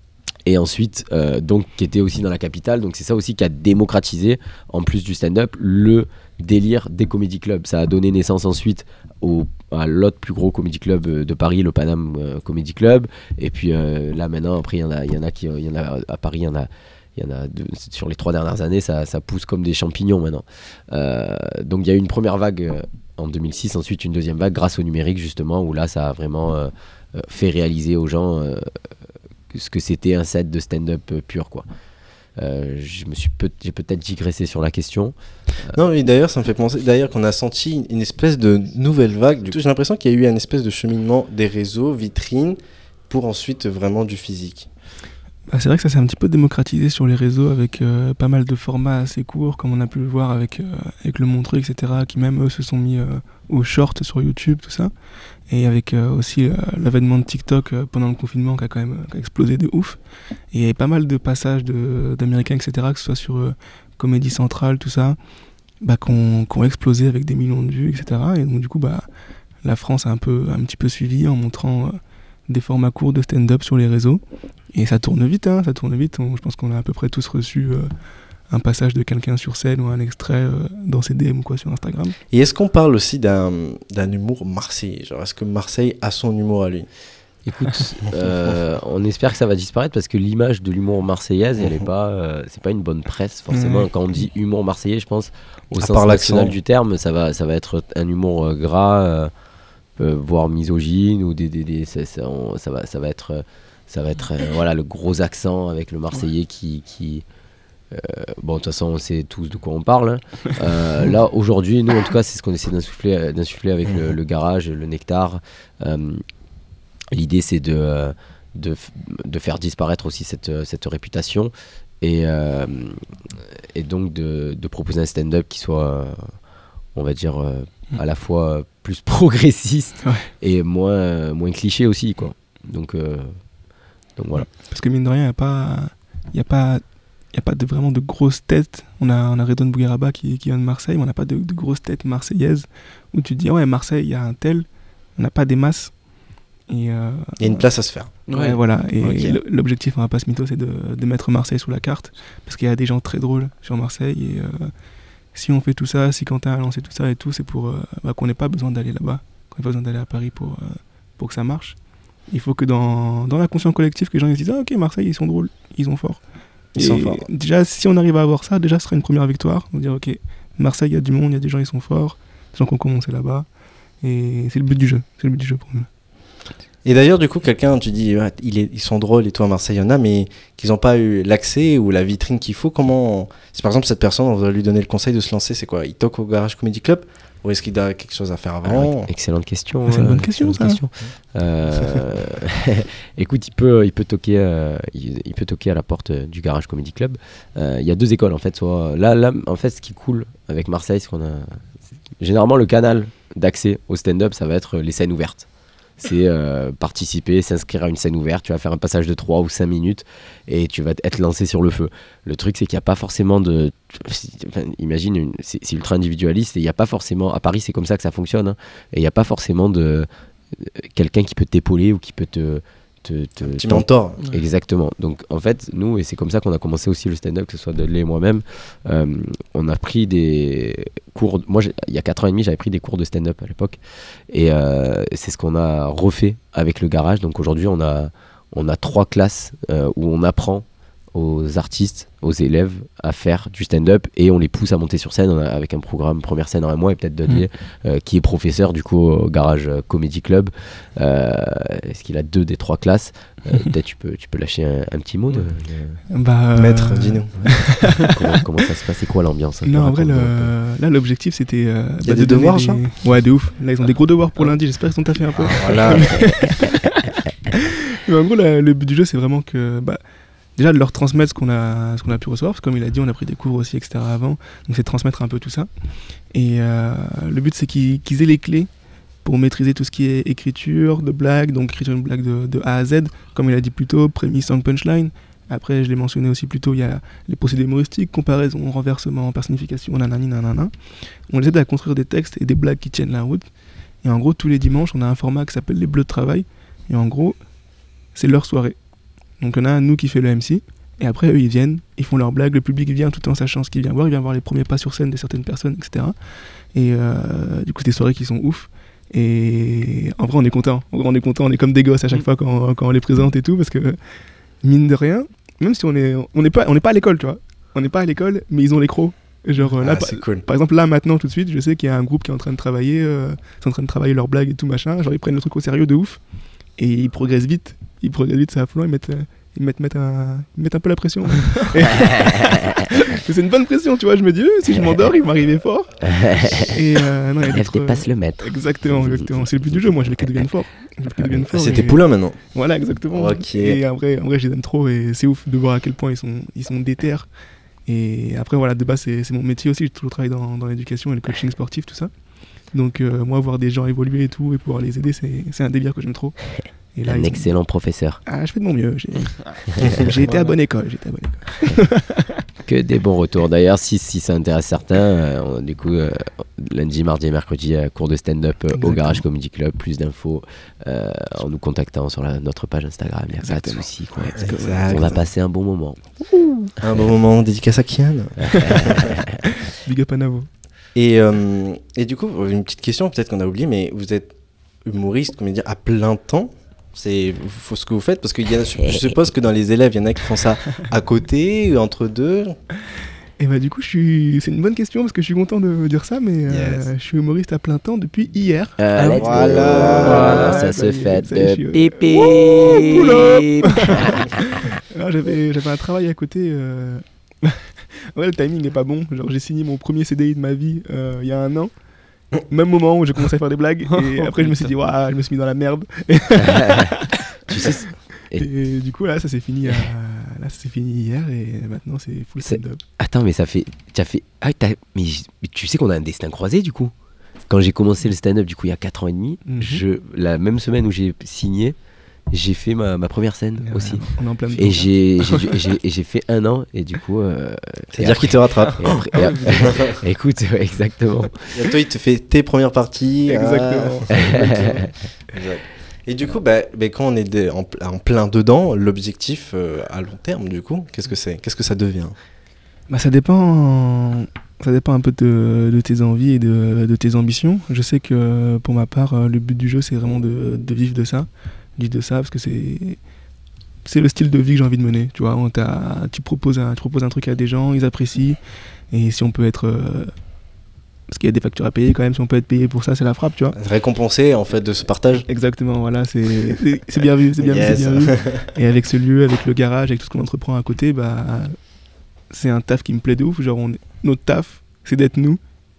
Speaker 3: Et ensuite, euh, donc, qui était aussi dans la capitale. Donc, c'est ça aussi qui a démocratisé, en plus du stand-up, le délire des comedy clubs. Ça a donné naissance ensuite au, à l'autre plus gros comedy club de Paris, le Paname euh, Comedy Club. Et puis euh, là, maintenant, après, il y en a, il y en a qui, il y en a à Paris, il y en a, il y en a deux, sur les trois dernières années, ça, ça pousse comme des champignons maintenant. Euh, donc, il y a eu une première vague euh, en deux mille six, ensuite une deuxième vague grâce au numérique, justement, où là, ça a vraiment euh, fait réaliser aux gens euh, ce que c'était un set de stand-up euh, pur, quoi. Euh, je me suis peut- j'ai peut-être digressé sur la question.
Speaker 1: Non, mais d'ailleurs, ça me fait penser d'ailleurs qu'on a senti une espèce de nouvelle vague. Du coup, j'ai l'impression qu'il y a eu un espèce de cheminement des réseaux, vitrines, pour ensuite vraiment du physique.
Speaker 2: Bah, c'est vrai que ça s'est un petit peu démocratisé sur les réseaux avec euh, pas mal de formats assez courts, comme on a pu le voir avec, euh, avec le Montreux, et cetera, qui même eux se sont mis euh, aux shorts sur YouTube, tout ça. Et avec euh, aussi euh, l'avènement de TikTok euh, pendant le confinement qui a quand même euh, qui a explosé de ouf. Et il y avait pas mal de passages de, d'Américains, et cetera, que ce soit sur euh, Comédie Centrale, tout ça, bah, qui ont explosé avec des millions de vues, et cetera. Et donc du coup, bah, la France a un, peu, un petit peu suivi en montrant euh, des formats courts de stand-up sur les réseaux. Et ça tourne vite, hein, ça tourne vite. On- je pense qu'on a à peu près tous reçu euh, un passage de quelqu'un sur scène ou un extrait euh, dans ses D M ou quoi sur Instagram.
Speaker 1: Et est-ce qu'on parle aussi d'un, d'un humour marseillais? Genre, est-ce que Marseille a son humour à lui?
Speaker 3: Écoute, euh, on espère que ça va disparaître parce que l'image de l'humour marseillaise, elle est
Speaker 1: Mhm.
Speaker 3: pas, euh, c'est pas une bonne presse forcément.
Speaker 2: Mhm.
Speaker 3: Quand on dit humour marseillais, je pense au
Speaker 1: À
Speaker 3: sens
Speaker 1: part
Speaker 3: national
Speaker 1: l'accent.
Speaker 3: du terme, ça va, ça va être un humour euh, gras, euh, euh, voire misogyne ou des, des, des- ça, ça, on- ça va, ça va être, euh, ça va être, euh, voilà, le gros accent avec le marseillais qui, qui euh, bon, de toute façon, on sait tous de quoi on parle, hein. Euh, là, aujourd'hui, nous, en tout cas, c'est ce qu'on essaie d'insuffler, d'insuffler avec le, le garage, le nectar. Euh, L'idée, c'est de, euh, de, f- de faire disparaître aussi cette, euh, cette réputation et, euh, et donc de, de proposer un stand-up qui soit, euh, on va dire, euh, à la fois plus progressiste
Speaker 2: Ouais.
Speaker 3: et moins, euh, moins cliché aussi, quoi. Donc, euh, donc voilà.
Speaker 2: Parce que mine de rien, il n'y a pas, y a pas, y a pas de, vraiment de grosses têtes. On a, on a Redouane Bougueraba qui, qui vient de Marseille, mais on n'a pas de, de grosses têtes marseillaises où tu te dis, ouais, Marseille, il y a un tel. On n'a pas des masses. Et, euh,
Speaker 1: Il y a une place à se faire.
Speaker 2: Ouais,
Speaker 4: Ouais.
Speaker 2: voilà. Et
Speaker 1: Ok.
Speaker 2: l- l'objectif, on va pas se mytho, c'est de, de mettre Marseille sous la carte. Parce qu'il y a des gens très drôles sur Marseille. Et euh, si on fait tout ça, si Quentin a lancé tout ça et tout, c'est pour euh, bah, qu'on n'ait pas besoin d'aller là-bas, qu'on n'ait pas besoin d'aller à Paris pour, euh, pour que ça marche. Il faut que dans, dans la conscience collective, que les gens ils se disent, ah, ok, Marseille, ils sont drôles, ils sont forts.
Speaker 1: Ils
Speaker 2: Et
Speaker 1: sont forts.
Speaker 2: Déjà, si on arrive à avoir ça, déjà, ce sera une première victoire. On va dire, ok, Marseille, il y a du monde, il y a des gens, ils sont forts, des gens qui ont commencé là-bas. Et c'est le but du jeu. C'est le but du jeu pour nous.
Speaker 1: Et d'ailleurs, du coup, quelqu'un, tu dis, ouais, il est- ils sont drôles et toi, à Marseille, il y en a, mais qu'ils n'ont pas eu l'accès ou la vitrine qu'il faut. Comment. Si par exemple, cette personne, on voudrait lui donner le conseil de se lancer, c'est quoi? Il toque au Garage Comedy Club. Ou est-ce qu'il y a quelque chose à faire avant?
Speaker 3: Ah, excellente question.
Speaker 2: C'est une bonne
Speaker 3: euh,
Speaker 2: question,
Speaker 3: excellente
Speaker 2: ça.
Speaker 3: question. Euh, Écoute, il peut, il peut toquer, euh, il, il peut toquer à la porte euh, du Garage Comedy Club. Euh, Il y a deux écoles en fait. Soit là, là, en fait, ce qui est cool avec Marseille, c'est qu'on a généralement le canal d'accès au stand-up, ça va être les scènes ouvertes. C'est euh, participer, s'inscrire à une scène ouverte, tu vas faire un passage de trois ou cinq minutes et tu vas être lancé sur le feu. Le truc, c'est qu'il n'y a pas forcément de... Enfin, imagine, une... c'est c'est ultra individualiste et il n'y a pas forcément... À Paris, c'est comme ça que ça fonctionne. Hein, et il n'y a pas forcément de... quelqu'un qui peut t'épauler ou qui peut te... te, te
Speaker 1: Un petit mentor.
Speaker 3: Exactement. Donc en fait, nous, et c'est comme ça qu'on a commencé aussi le stand-up, que ce soit Dudley et moi-même, euh, on a pris des cours... Moi, j'ai- il y a quatre ans et demi, j'avais pris des cours de stand-up à l'époque. Et euh, c'est ce qu'on a refait avec le Garage. Donc aujourd'hui, on a, on a trois classes euh, où on apprend aux artistes, aux élèves à faire du stand-up et on les pousse à monter sur scène. On a- avec un programme première scène en un mois et peut-être Dudley euh, qui est professeur du coup au Garage euh, Comedy Club. Euh, Est-ce qu'il a deux des trois classes? Euh, Peut-être tu peux, tu peux lâcher un, un petit mot de, de-
Speaker 2: Bah, euh,
Speaker 1: Maître, dis-nous.
Speaker 3: comment, comment ça se passe? C'est quoi l'ambiance?
Speaker 2: Non, en vrai, le...
Speaker 3: Raconte-nous un
Speaker 2: là, l'objectif, c'était. euh,
Speaker 1: Il y a
Speaker 2: bah,
Speaker 1: des
Speaker 2: de donner
Speaker 1: devoirs,
Speaker 2: des-
Speaker 1: ça
Speaker 2: Ouais, de ouf. Là, ils ont des gros devoirs pour lundi. J'espère qu'ils ont taffé un peu.
Speaker 1: Voilà.
Speaker 2: Mais en gros, la- le but du jeu, c'est vraiment que. Bah, déjà, de leur transmettre ce qu'on a, ce qu'on a pu recevoir. Parce que, comme il a dit, on a pris des cours aussi, et cetera avant. Donc, c'est de transmettre un peu tout ça. Et euh, le but, c'est qu'ils qu'ils aient les clés pour maîtriser tout ce qui est écriture de blagues. Donc, écriture une blague de, de A à Z. Comme il a dit plus tôt, prémisse, en punchline. Après, je l'ai mentionné aussi plus tôt, il y a les procédés humoristiques, comparaison, renversement, personnification, nanani, nanana. On essaie de construire des textes et des blagues qui tiennent la route. Et en gros, tous les dimanches, on a un format qui s'appelle les Bleus de travail. Et en gros, c'est leur soirée. Donc on a un nous qui fait le M C. Et après, eux, ils viennent, ils font leurs blagues. Le public vient tout en sachant ce qu'il vient voir. Il vient voir les premiers pas sur scène de certaines personnes, et cetera. Et euh, du coup, c'est des soirées qui sont ouf. Et en vrai, on est content. En vrai, on est content. On est comme des gosses à chaque fois quand, quand on les présente et tout. Parce que, mine de rien, même si on est, on n'est pas, on n'est pas à l'école, tu vois. On n'est pas à l'école, mais ils ont les crocs. Genre euh, là,
Speaker 1: Ah,
Speaker 2: par,
Speaker 1: c'est cool.
Speaker 2: par exemple, là, maintenant, tout de suite, je sais qu'il y a un groupe qui est en train de travailler, euh, ils sont en train de travailler leurs blagues et tout, machin. Genre, ils prennent le truc au sérieux de ouf. Et ils progressent vite. Ils progressent vite, c'est affolant. Ils mettent, euh, ils mettent, mettent, un, ils mettent un peu la pression. Et c'est une bonne pression, tu vois. Je me dis, euh, si je m'endors, il m'arrivait fort. Et euh, non, il y a
Speaker 3: Élève
Speaker 2: d'autres, euh,
Speaker 3: dépasse le maître.
Speaker 2: Exactement, exactement. C'est le but du jeu. Moi, je veux qu'ils deviennent forts. Je veux qu'ils deviennent
Speaker 1: Ah,
Speaker 2: forts.
Speaker 1: C'était
Speaker 2: et-
Speaker 1: Poulain maintenant.
Speaker 2: Voilà, exactement.
Speaker 1: Ok.
Speaker 2: Et en vrai, en vrai, je les aime trop et c'est ouf de voir à quel point ils sont, ils sont déter. Et après, voilà, de base, c'est c'est mon métier aussi. J'ai toujours travaillé dans, dans l'éducation et le coaching sportif, tout ça. Donc, euh, moi, voir des gens évoluer et tout et pouvoir les aider, c'est c'est un délire que j'aime trop. Et là,
Speaker 3: Un
Speaker 2: ils ont-
Speaker 3: excellent professeur.
Speaker 2: Ah, je fais de mon mieux. J'ai j'ai été à bonne école. J'ai été à bonne école.
Speaker 3: Que des bons retours. D'ailleurs, si, si ça intéresse certains, euh, on- du coup, euh, lundi, mardi et mercredi, euh, cours de stand-up euh, au
Speaker 2: Exactement.
Speaker 3: Garage Comedy Club. Plus d'infos euh, en nous contactant sur la- notre page Instagram. Il n'y a pas de
Speaker 2: Exactement.
Speaker 3: souci. quoi.
Speaker 1: Exact.
Speaker 3: On va passer un bon moment.
Speaker 1: Un bon moment dédicace à Kian.
Speaker 2: Big up à Navo.
Speaker 1: Et, euh, et du coup, une petite question, peut-être qu'on a oublié, mais vous êtes humoriste, comédien à plein temps. C'est faut ce que vous faites parce que y a, je suppose que dans les élèves, il y en a qui font ça à côté, entre deux.
Speaker 2: Et bah, du coup, je suis... c'est une bonne question parce que je suis content de dire ça, mais euh,
Speaker 1: Yes.
Speaker 2: je suis humoriste à plein temps depuis hier.
Speaker 3: Euh, let's go.
Speaker 1: Voilà.
Speaker 3: Voilà,
Speaker 2: Ouais,
Speaker 3: ça
Speaker 2: ça
Speaker 3: se
Speaker 2: y est,
Speaker 3: fait
Speaker 2: ça y est, je
Speaker 3: de
Speaker 2: suis-
Speaker 3: pipi.
Speaker 2: Alors, j'avais, j'avais un travail à côté. euh, ouais, le timing n'est pas bon. Genre, j'ai signé mon premier C D I de ma vie euh, il y a un an. Même moment où j'ai commencé à faire des blagues. Et après, je me suis dit, waouh, je me suis mis dans la merde.
Speaker 3: Tu sais,
Speaker 2: Et, du coup, là, ça s'est fini, à... là, ça s'est fini hier. Et maintenant, c'est full
Speaker 3: C'est-
Speaker 2: stand-up.
Speaker 3: attends, mais ça fait. Tu as fait. Ah, t'as- mais, j- mais tu sais qu'on a un destin croisé du coup. Quand j'ai commencé le stand-up, du coup, il y a quatre ans et demi,
Speaker 2: Mhm.
Speaker 3: je, la même semaine où j'ai signé, j'ai fait ma, ma première scène
Speaker 2: Et
Speaker 3: aussi.
Speaker 2: voilà, on est en plein dedans,
Speaker 3: Et
Speaker 2: là.
Speaker 3: j'ai j'ai dû- j'ai- et j'ai fait un an, et du coup. euh,
Speaker 1: C'est-à-dire
Speaker 3: et
Speaker 1: qu'il te rattrape.
Speaker 3: et après- et après- écoute, ouais, exactement.
Speaker 1: Et toi, il te fait tes premières parties.
Speaker 2: Exactement.
Speaker 1: ah. Exact. Et du coup, bah, bah, quand on est des- en, pl- en plein dedans, l'objectif euh, à long terme, du coup, qu'est-ce que c'est? Qu'est-ce que ça devient?
Speaker 2: Bah, ça dépend, ça dépend un peu de, de tes envies et de, de tes ambitions. Je sais que pour ma part, euh, le but du jeu, c'est vraiment de, de vivre de ça. Vivre de ça parce que c'est, c'est le style de vie que j'ai envie de mener. Tu vois, on t'a- tu, proposes un, tu proposes un truc à des gens, ils apprécient. Et si on peut être... euh, parce qu'il y a des factures à payer quand même, si on peut être payé pour ça, c'est la frappe, tu vois.
Speaker 1: Récompenser, en fait, de ce partage.
Speaker 2: Exactement, voilà, c'est c'est- c'est bien vu, c'est bien, vu,
Speaker 1: Yes.
Speaker 2: c'est bien vu. Et avec ce lieu, avec le garage, avec tout ce qu'on entreprend à côté, bah, c'est un taf qui me plaît de ouf. Genre, on est- notre taf, c'est d'être nous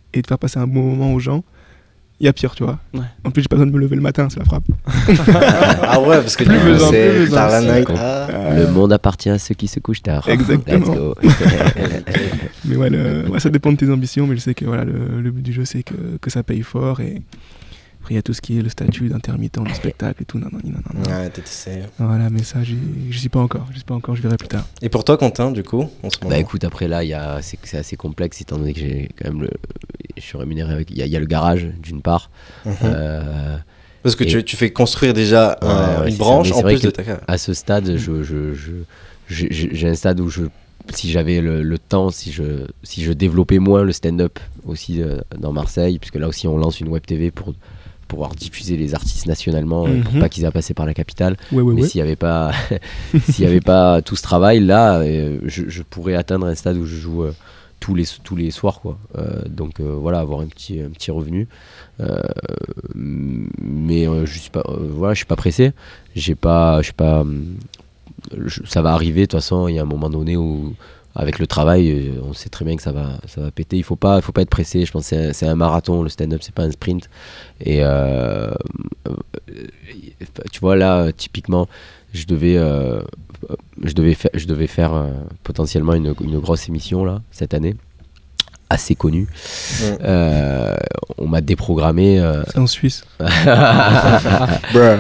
Speaker 2: et de faire passer un bon moment aux gens, il y a pire, tu vois.
Speaker 4: Ouais.
Speaker 2: En plus, j'ai pas besoin de me lever le matin, c'est la frappe.
Speaker 1: Ah ouais, parce que
Speaker 2: Plus
Speaker 1: du coup,
Speaker 2: besoin,
Speaker 1: c'est
Speaker 2: plus besoin,
Speaker 1: tard la
Speaker 2: c'est-
Speaker 1: night. Ah.
Speaker 3: Le monde appartient à ceux qui se couchent tard.
Speaker 2: Exactement.
Speaker 3: Let's go.
Speaker 2: Mais ouais, le- ouais, ça dépend de tes ambitions, mais je sais que voilà, le, le but du jeu, c'est que, que ça paye fort. Et après, il y a tout ce qui est le statut d'intermittent du spectacle et tout. Non, non, non, non, non.
Speaker 1: Ouais, T T C.
Speaker 2: Voilà, mais ça, j'y j'y suis pas encore. Je sais pas encore, je verrai plus tard.
Speaker 1: Et pour toi, Quentin, du coup, en ce moment
Speaker 3: Bah écoute, après là, il y a- c'est c'est assez complexe étant donné que j'ai quand même le. Je suis rémunéré avec. Il y, a- il y a le garage d'une part.
Speaker 1: Mhm.
Speaker 3: Euh,
Speaker 1: Parce que
Speaker 3: et-
Speaker 1: tu, tu fais construire déjà un-
Speaker 3: Ouais, ouais,
Speaker 1: une
Speaker 3: c'est ça.
Speaker 1: branche
Speaker 3: Mais
Speaker 1: en
Speaker 3: c'est vrai
Speaker 1: plus de
Speaker 3: que
Speaker 1: ta carrière.
Speaker 3: À ce stade, je, je, je, j'ai- j'ai j'ai un stade où je, si j'avais le, le temps, si je, si je développais moins le stand-up aussi euh, dans Marseille, puisque là aussi on lance une web T V pour pouvoir diffuser les artistes nationalement, euh, pour
Speaker 2: Mhm.
Speaker 3: pas qu'ils aient à passer par la capitale.
Speaker 2: Ouais, ouais,
Speaker 3: Mais
Speaker 2: ouais.
Speaker 3: s'il n'y avait pas, s'il y avait pas tout ce travail là, euh, je, je pourrais atteindre un stade où je joue euh, tous les tous les soirs, quoi. Euh, donc euh, voilà, avoir un petit un petit revenu. Euh, mais euh, je suis pas, euh, voilà, je suis pas pressé. J'ai pas, je suis pas. hum, je- ça va arriver de toute façon. Il y a un moment donné où, avec le travail, euh, on sait très bien que ça va, ça va péter. Il faut pas, il faut pas être pressé. Je pense que c'est un, c'est un marathon. Le stand-up, c'est pas un sprint. Et euh, euh, tu vois là, euh, typiquement, je devais, euh, je devais faire, je devais faire euh, potentiellement une, une grosse émission là cette année, assez connue.
Speaker 1: Ouais.
Speaker 3: Euh, on m'a déprogrammé. euh,
Speaker 2: C'est en Suisse.
Speaker 1: Bruh.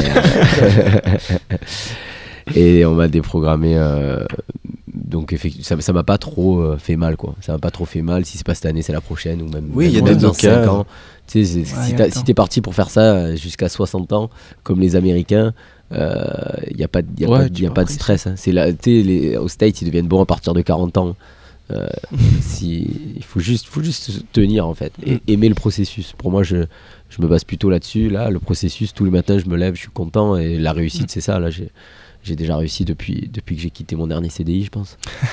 Speaker 3: Et on m'a déprogrammé. euh, donc effectivement, ça, ça m'a pas trop euh, fait mal, quoi. Ça m'a pas trop fait mal. Si c'est pas cette année, c'est la prochaine ou même.
Speaker 1: Oui,
Speaker 3: même
Speaker 1: il y a
Speaker 3: même
Speaker 1: des
Speaker 3: dans
Speaker 1: cas.
Speaker 3: cinq ans. Tu sais, c'est-
Speaker 2: Ouais,
Speaker 3: si
Speaker 2: y a
Speaker 3: t'as-
Speaker 2: le
Speaker 3: si
Speaker 2: temps.
Speaker 3: t'es parti pour faire ça euh, jusqu'à soixante ans, comme les Américains, il n'y a pas, de- y a
Speaker 4: Ouais,
Speaker 3: pas, de-
Speaker 4: tu
Speaker 3: y a
Speaker 4: pars
Speaker 3: pas de
Speaker 4: après,
Speaker 3: stress. Hein. C'est là, tu sais, les- aux States, ils deviennent bons à partir de quarante ans. Euh, si, il faut juste, faut juste se tenir en fait et aimer le processus. Pour moi, je, je me base plutôt là-dessus. Là, le processus, tous les matins, je me lève, je suis content et la réussite, c'est ça. Là, j'ai, j'ai déjà réussi depuis, depuis que j'ai quitté mon dernier C D I, je pense.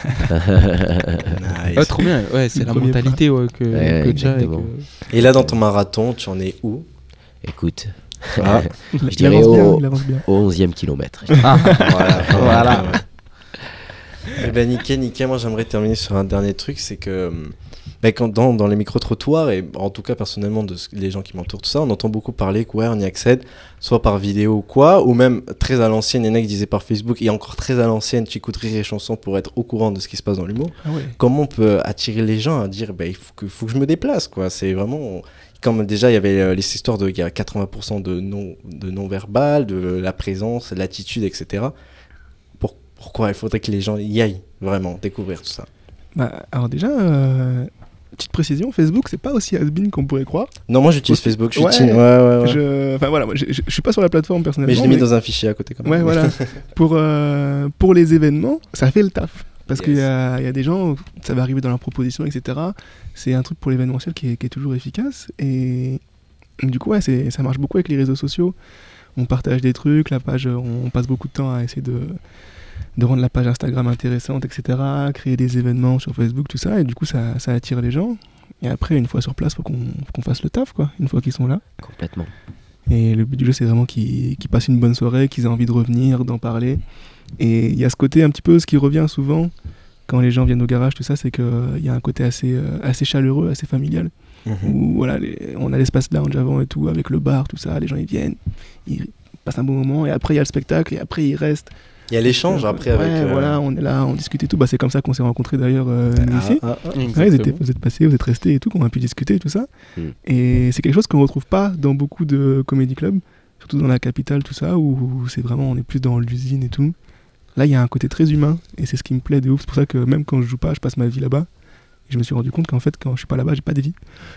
Speaker 1: Nice.
Speaker 4: Ah, trop bien, ouais, c'est
Speaker 2: Le
Speaker 4: la
Speaker 2: premier
Speaker 4: mentalité ouais, que,
Speaker 3: Ouais,
Speaker 4: que tu as et
Speaker 3: exactement.
Speaker 4: que-
Speaker 1: Et là, dans ton marathon, tu en es où?
Speaker 3: Écoute,
Speaker 1: Ah.
Speaker 3: je
Speaker 2: Il
Speaker 3: dirais
Speaker 2: avance bien,
Speaker 3: au,
Speaker 2: il avance bien.
Speaker 3: au onzième kilomètre.
Speaker 1: Voilà.
Speaker 4: Voilà.
Speaker 1: Ouais. Eh ben, nickel, nickel. Moi, j'aimerais terminer sur un dernier truc. C'est que ben, quand dans, dans les micro-trottoirs, et en tout cas, personnellement, de ce- les gens qui m'entourent, tout ça, on entend beaucoup parler que ouais, on y accède, soit par vidéo ou quoi, ou même très à l'ancienne, il y en a qui disaient par Facebook, et encore très à l'ancienne, tu écoutes Rire et Chanson pour être au courant de ce qui se passe dans l'humour.
Speaker 2: Ah ouais.
Speaker 1: Comment on peut attirer les gens à dire ben, il faut que, faut que je me déplace, quoi. C'est vraiment. Comme déjà, il y avait euh, les histoires de il y a quatre-vingts pour cent de non- de non-verbal, de la présence, de l'attitude, et cetera. Pour- pourquoi il faudrait que les gens y aillent vraiment découvrir tout ça?
Speaker 2: Bah, alors déjà, euh, petite précision, Facebook, c'est pas aussi has-been qu'on pourrait croire.
Speaker 1: Non, moi j'utilise
Speaker 2: Ok.
Speaker 1: Facebook, je suis
Speaker 2: Ouais,
Speaker 1: teen, ouais, ouais, ouais.
Speaker 2: Je, enfin voilà, moi, je, je- je suis pas sur la plateforme personnellement.
Speaker 1: Mais je l'ai mis
Speaker 2: mais-
Speaker 1: dans un fichier à côté quand même.
Speaker 2: Ouais, voilà. pour, euh, pour les événements, ça fait le taf. Parce
Speaker 1: Yes.
Speaker 2: qu'il y a, il y a des gens, ça va arriver dans leur proposition, et cetera. C'est un truc pour l'événementiel qui est, qui est toujours efficace. Et du coup, ouais, c'est- ça marche beaucoup avec les réseaux sociaux. On partage des trucs, la page, on passe beaucoup de temps à essayer de, de rendre la page Instagram intéressante, et cetera. Créer des événements sur Facebook, tout ça. Et du coup, ça, ça attire les gens. Et après, une fois sur place, il faut qu'on faut qu'on fasse le taf, quoi, une fois qu'ils sont là.
Speaker 3: Complètement.
Speaker 2: Et le but du jeu, c'est vraiment qu'ils qu'ils passent une bonne soirée, qu'ils aient envie de revenir, d'en parler. Et il y a ce côté un petit peu, ce qui revient souvent quand les gens viennent au garage, tout ça, c'est qu'il y a un côté assez, euh, assez chaleureux, assez familial.
Speaker 1: Mhm.
Speaker 2: Où voilà, les- on a l'espace lounge avant et tout, avec le bar, tout ça, les gens ils viennent, ils passent un bon moment, et après il y a le spectacle, et après ils restent.
Speaker 1: Il y a l'échange après
Speaker 2: Ouais,
Speaker 1: avec. euh,
Speaker 2: voilà, on est là, on discute et tout. Bah, c'est comme ça qu'on s'est rencontrés d'ailleurs, euh, nous
Speaker 1: ah,
Speaker 2: ici.
Speaker 1: ah, ah.
Speaker 2: Ouais, vous, étiez- vous êtes passés, vous êtes restés et tout, qu'on a pu discuter tout ça.
Speaker 3: Mm.
Speaker 2: Et c'est quelque chose qu'on retrouve pas dans beaucoup de comédie clubs, surtout dans la capitale, tout ça, où c'est vraiment, on est plus dans l'usine et tout. Là, il y a un côté très humain, et c'est ce qui me plaît de ouf. C'est pour ça que même quand je joue pas, je passe ma vie là-bas. Et je me suis rendu compte qu'en fait, quand je suis pas là-bas, j'ai pas de vie.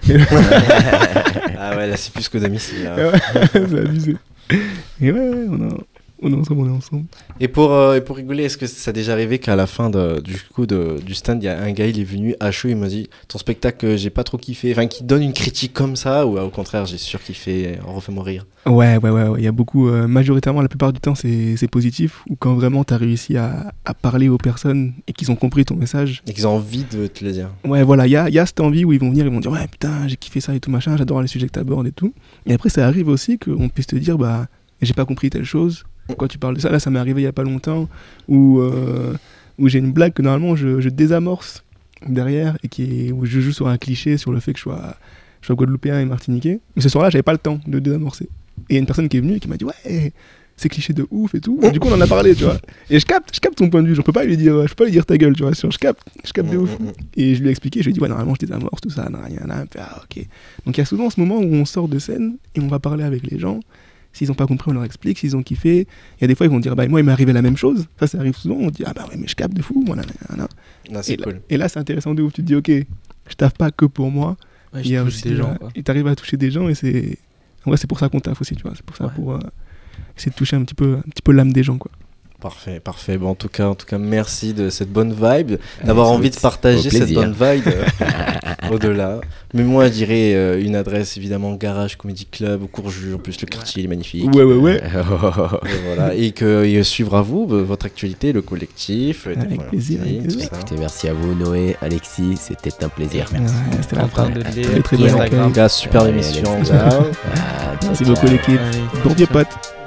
Speaker 1: Ah ouais, là c'est plus que domicile. là.
Speaker 2: Ouais, c'est abusé. Et ouais, ouais, on, a- on est ensemble, on est ensemble.
Speaker 1: Et pour, euh, et pour rigoler, est-ce que ça a déjà arrivé qu'à la fin de, du, coup, de, du stand, il y a un gars, il est venu à chaud, il m'a dit ton spectacle, euh, j'ai pas trop kiffé, enfin, qui donne une critique comme ça, ou euh, au contraire, j'ai surkiffé, refais-moi rire.
Speaker 2: Ouais, ouais, ouais, ouais, il y a beaucoup, euh, majoritairement, la plupart du temps, c'est c'est positif, ou quand vraiment tu as réussi à, à parler aux personnes et qu'ils ont compris ton message.
Speaker 1: Et qu'ils ont envie de te le dire.
Speaker 2: Ouais, voilà, il y a, il y a cette envie où ils vont venir, ils vont dire ouais, putain, j'ai kiffé ça et tout machin, j'adore les sujets que tu abordes et tout. Et après, ça arrive aussi qu'on puisse te dire, bah, j'ai pas compris telle chose, pourquoi tu parles de ça? Là, ça m'est arrivé il y a pas longtemps, où, euh, où j'ai une blague que normalement je, je désamorce derrière et qui est, où je joue sur un cliché sur le fait que je sois, je sois guadeloupéen et martiniquais. Mais ce soir-là, j'avais pas le temps de désamorcer. Et il y a une personne qui est venue et qui m'a dit ouais, c'est cliché de ouf et tout. Et du coup, on en a parlé, tu vois. Et je capte, je capte son point de vue. Je peux pas lui dire, je peux pas lui dire ta gueule, tu vois. Je capte, je capte de ouf. Et je lui ai expliqué, je lui ai dit ouais, normalement je désamorce tout ça, nan, nan, nan. Il me fait, ah ok. Donc il y a souvent ce moment où on sort de scène et on va parler avec les gens. S'ils ont pas compris, on leur explique. S'ils ont kiffé, il y a des fois ils vont dire bah moi il m'est arrivé la même chose. Ça, ça arrive souvent. On dit ah bah ouais mais je capte de fou. Moi, nan, nan, nan.
Speaker 1: Ah, c'est
Speaker 2: et,
Speaker 1: cool.
Speaker 2: là, et là c'est intéressant de ouf. Tu te dis ok, je taffe pas que pour moi.
Speaker 4: Ouais,
Speaker 2: Il y a
Speaker 4: je touche
Speaker 2: aussi,
Speaker 4: des gens,
Speaker 2: euh,
Speaker 4: quoi.
Speaker 2: et t'arrives à toucher des gens et c'est en vrai c'est pour ça qu'on taffe aussi, tu vois. C'est pour ça
Speaker 4: Ouais.
Speaker 2: pour euh, essayer de toucher un petit peu un petit peu l'âme des gens, quoi.
Speaker 1: Parfait, parfait. Bon, en tout cas, en tout cas, merci de cette bonne vibe, d'avoir
Speaker 3: Ouais,
Speaker 1: envie de
Speaker 3: au
Speaker 1: partager cette
Speaker 3: plaisir.
Speaker 1: bonne vibe euh, au-delà. Mais moi, je dirais euh, une adresse évidemment Garage Comedy Club au Courjus. En plus, le quartier il est magnifique.
Speaker 2: Ouais ouais ouais.
Speaker 1: Et voilà, et que et suivre à vous euh, votre actualité, le collectif, les
Speaker 2: Avec
Speaker 1: voilà,
Speaker 2: plaisir, avec
Speaker 1: tout
Speaker 2: plaisir.
Speaker 1: ça.
Speaker 3: Écoutez, merci à vous, Noé, Alexis, c'était un plaisir.
Speaker 2: Ouais, c'était la
Speaker 4: En train
Speaker 2: fin.
Speaker 4: de
Speaker 2: Très
Speaker 4: lire
Speaker 2: très bonne
Speaker 4: Instagram.
Speaker 1: Gars, super
Speaker 3: Ouais,
Speaker 1: émission.
Speaker 3: Alexis.
Speaker 1: gars.
Speaker 3: Ah,
Speaker 2: Merci
Speaker 3: ciao,
Speaker 2: beaucoup
Speaker 3: ciao.
Speaker 2: l'équipe.
Speaker 4: Allez,
Speaker 2: Bon vieux
Speaker 4: ciao.
Speaker 2: pote.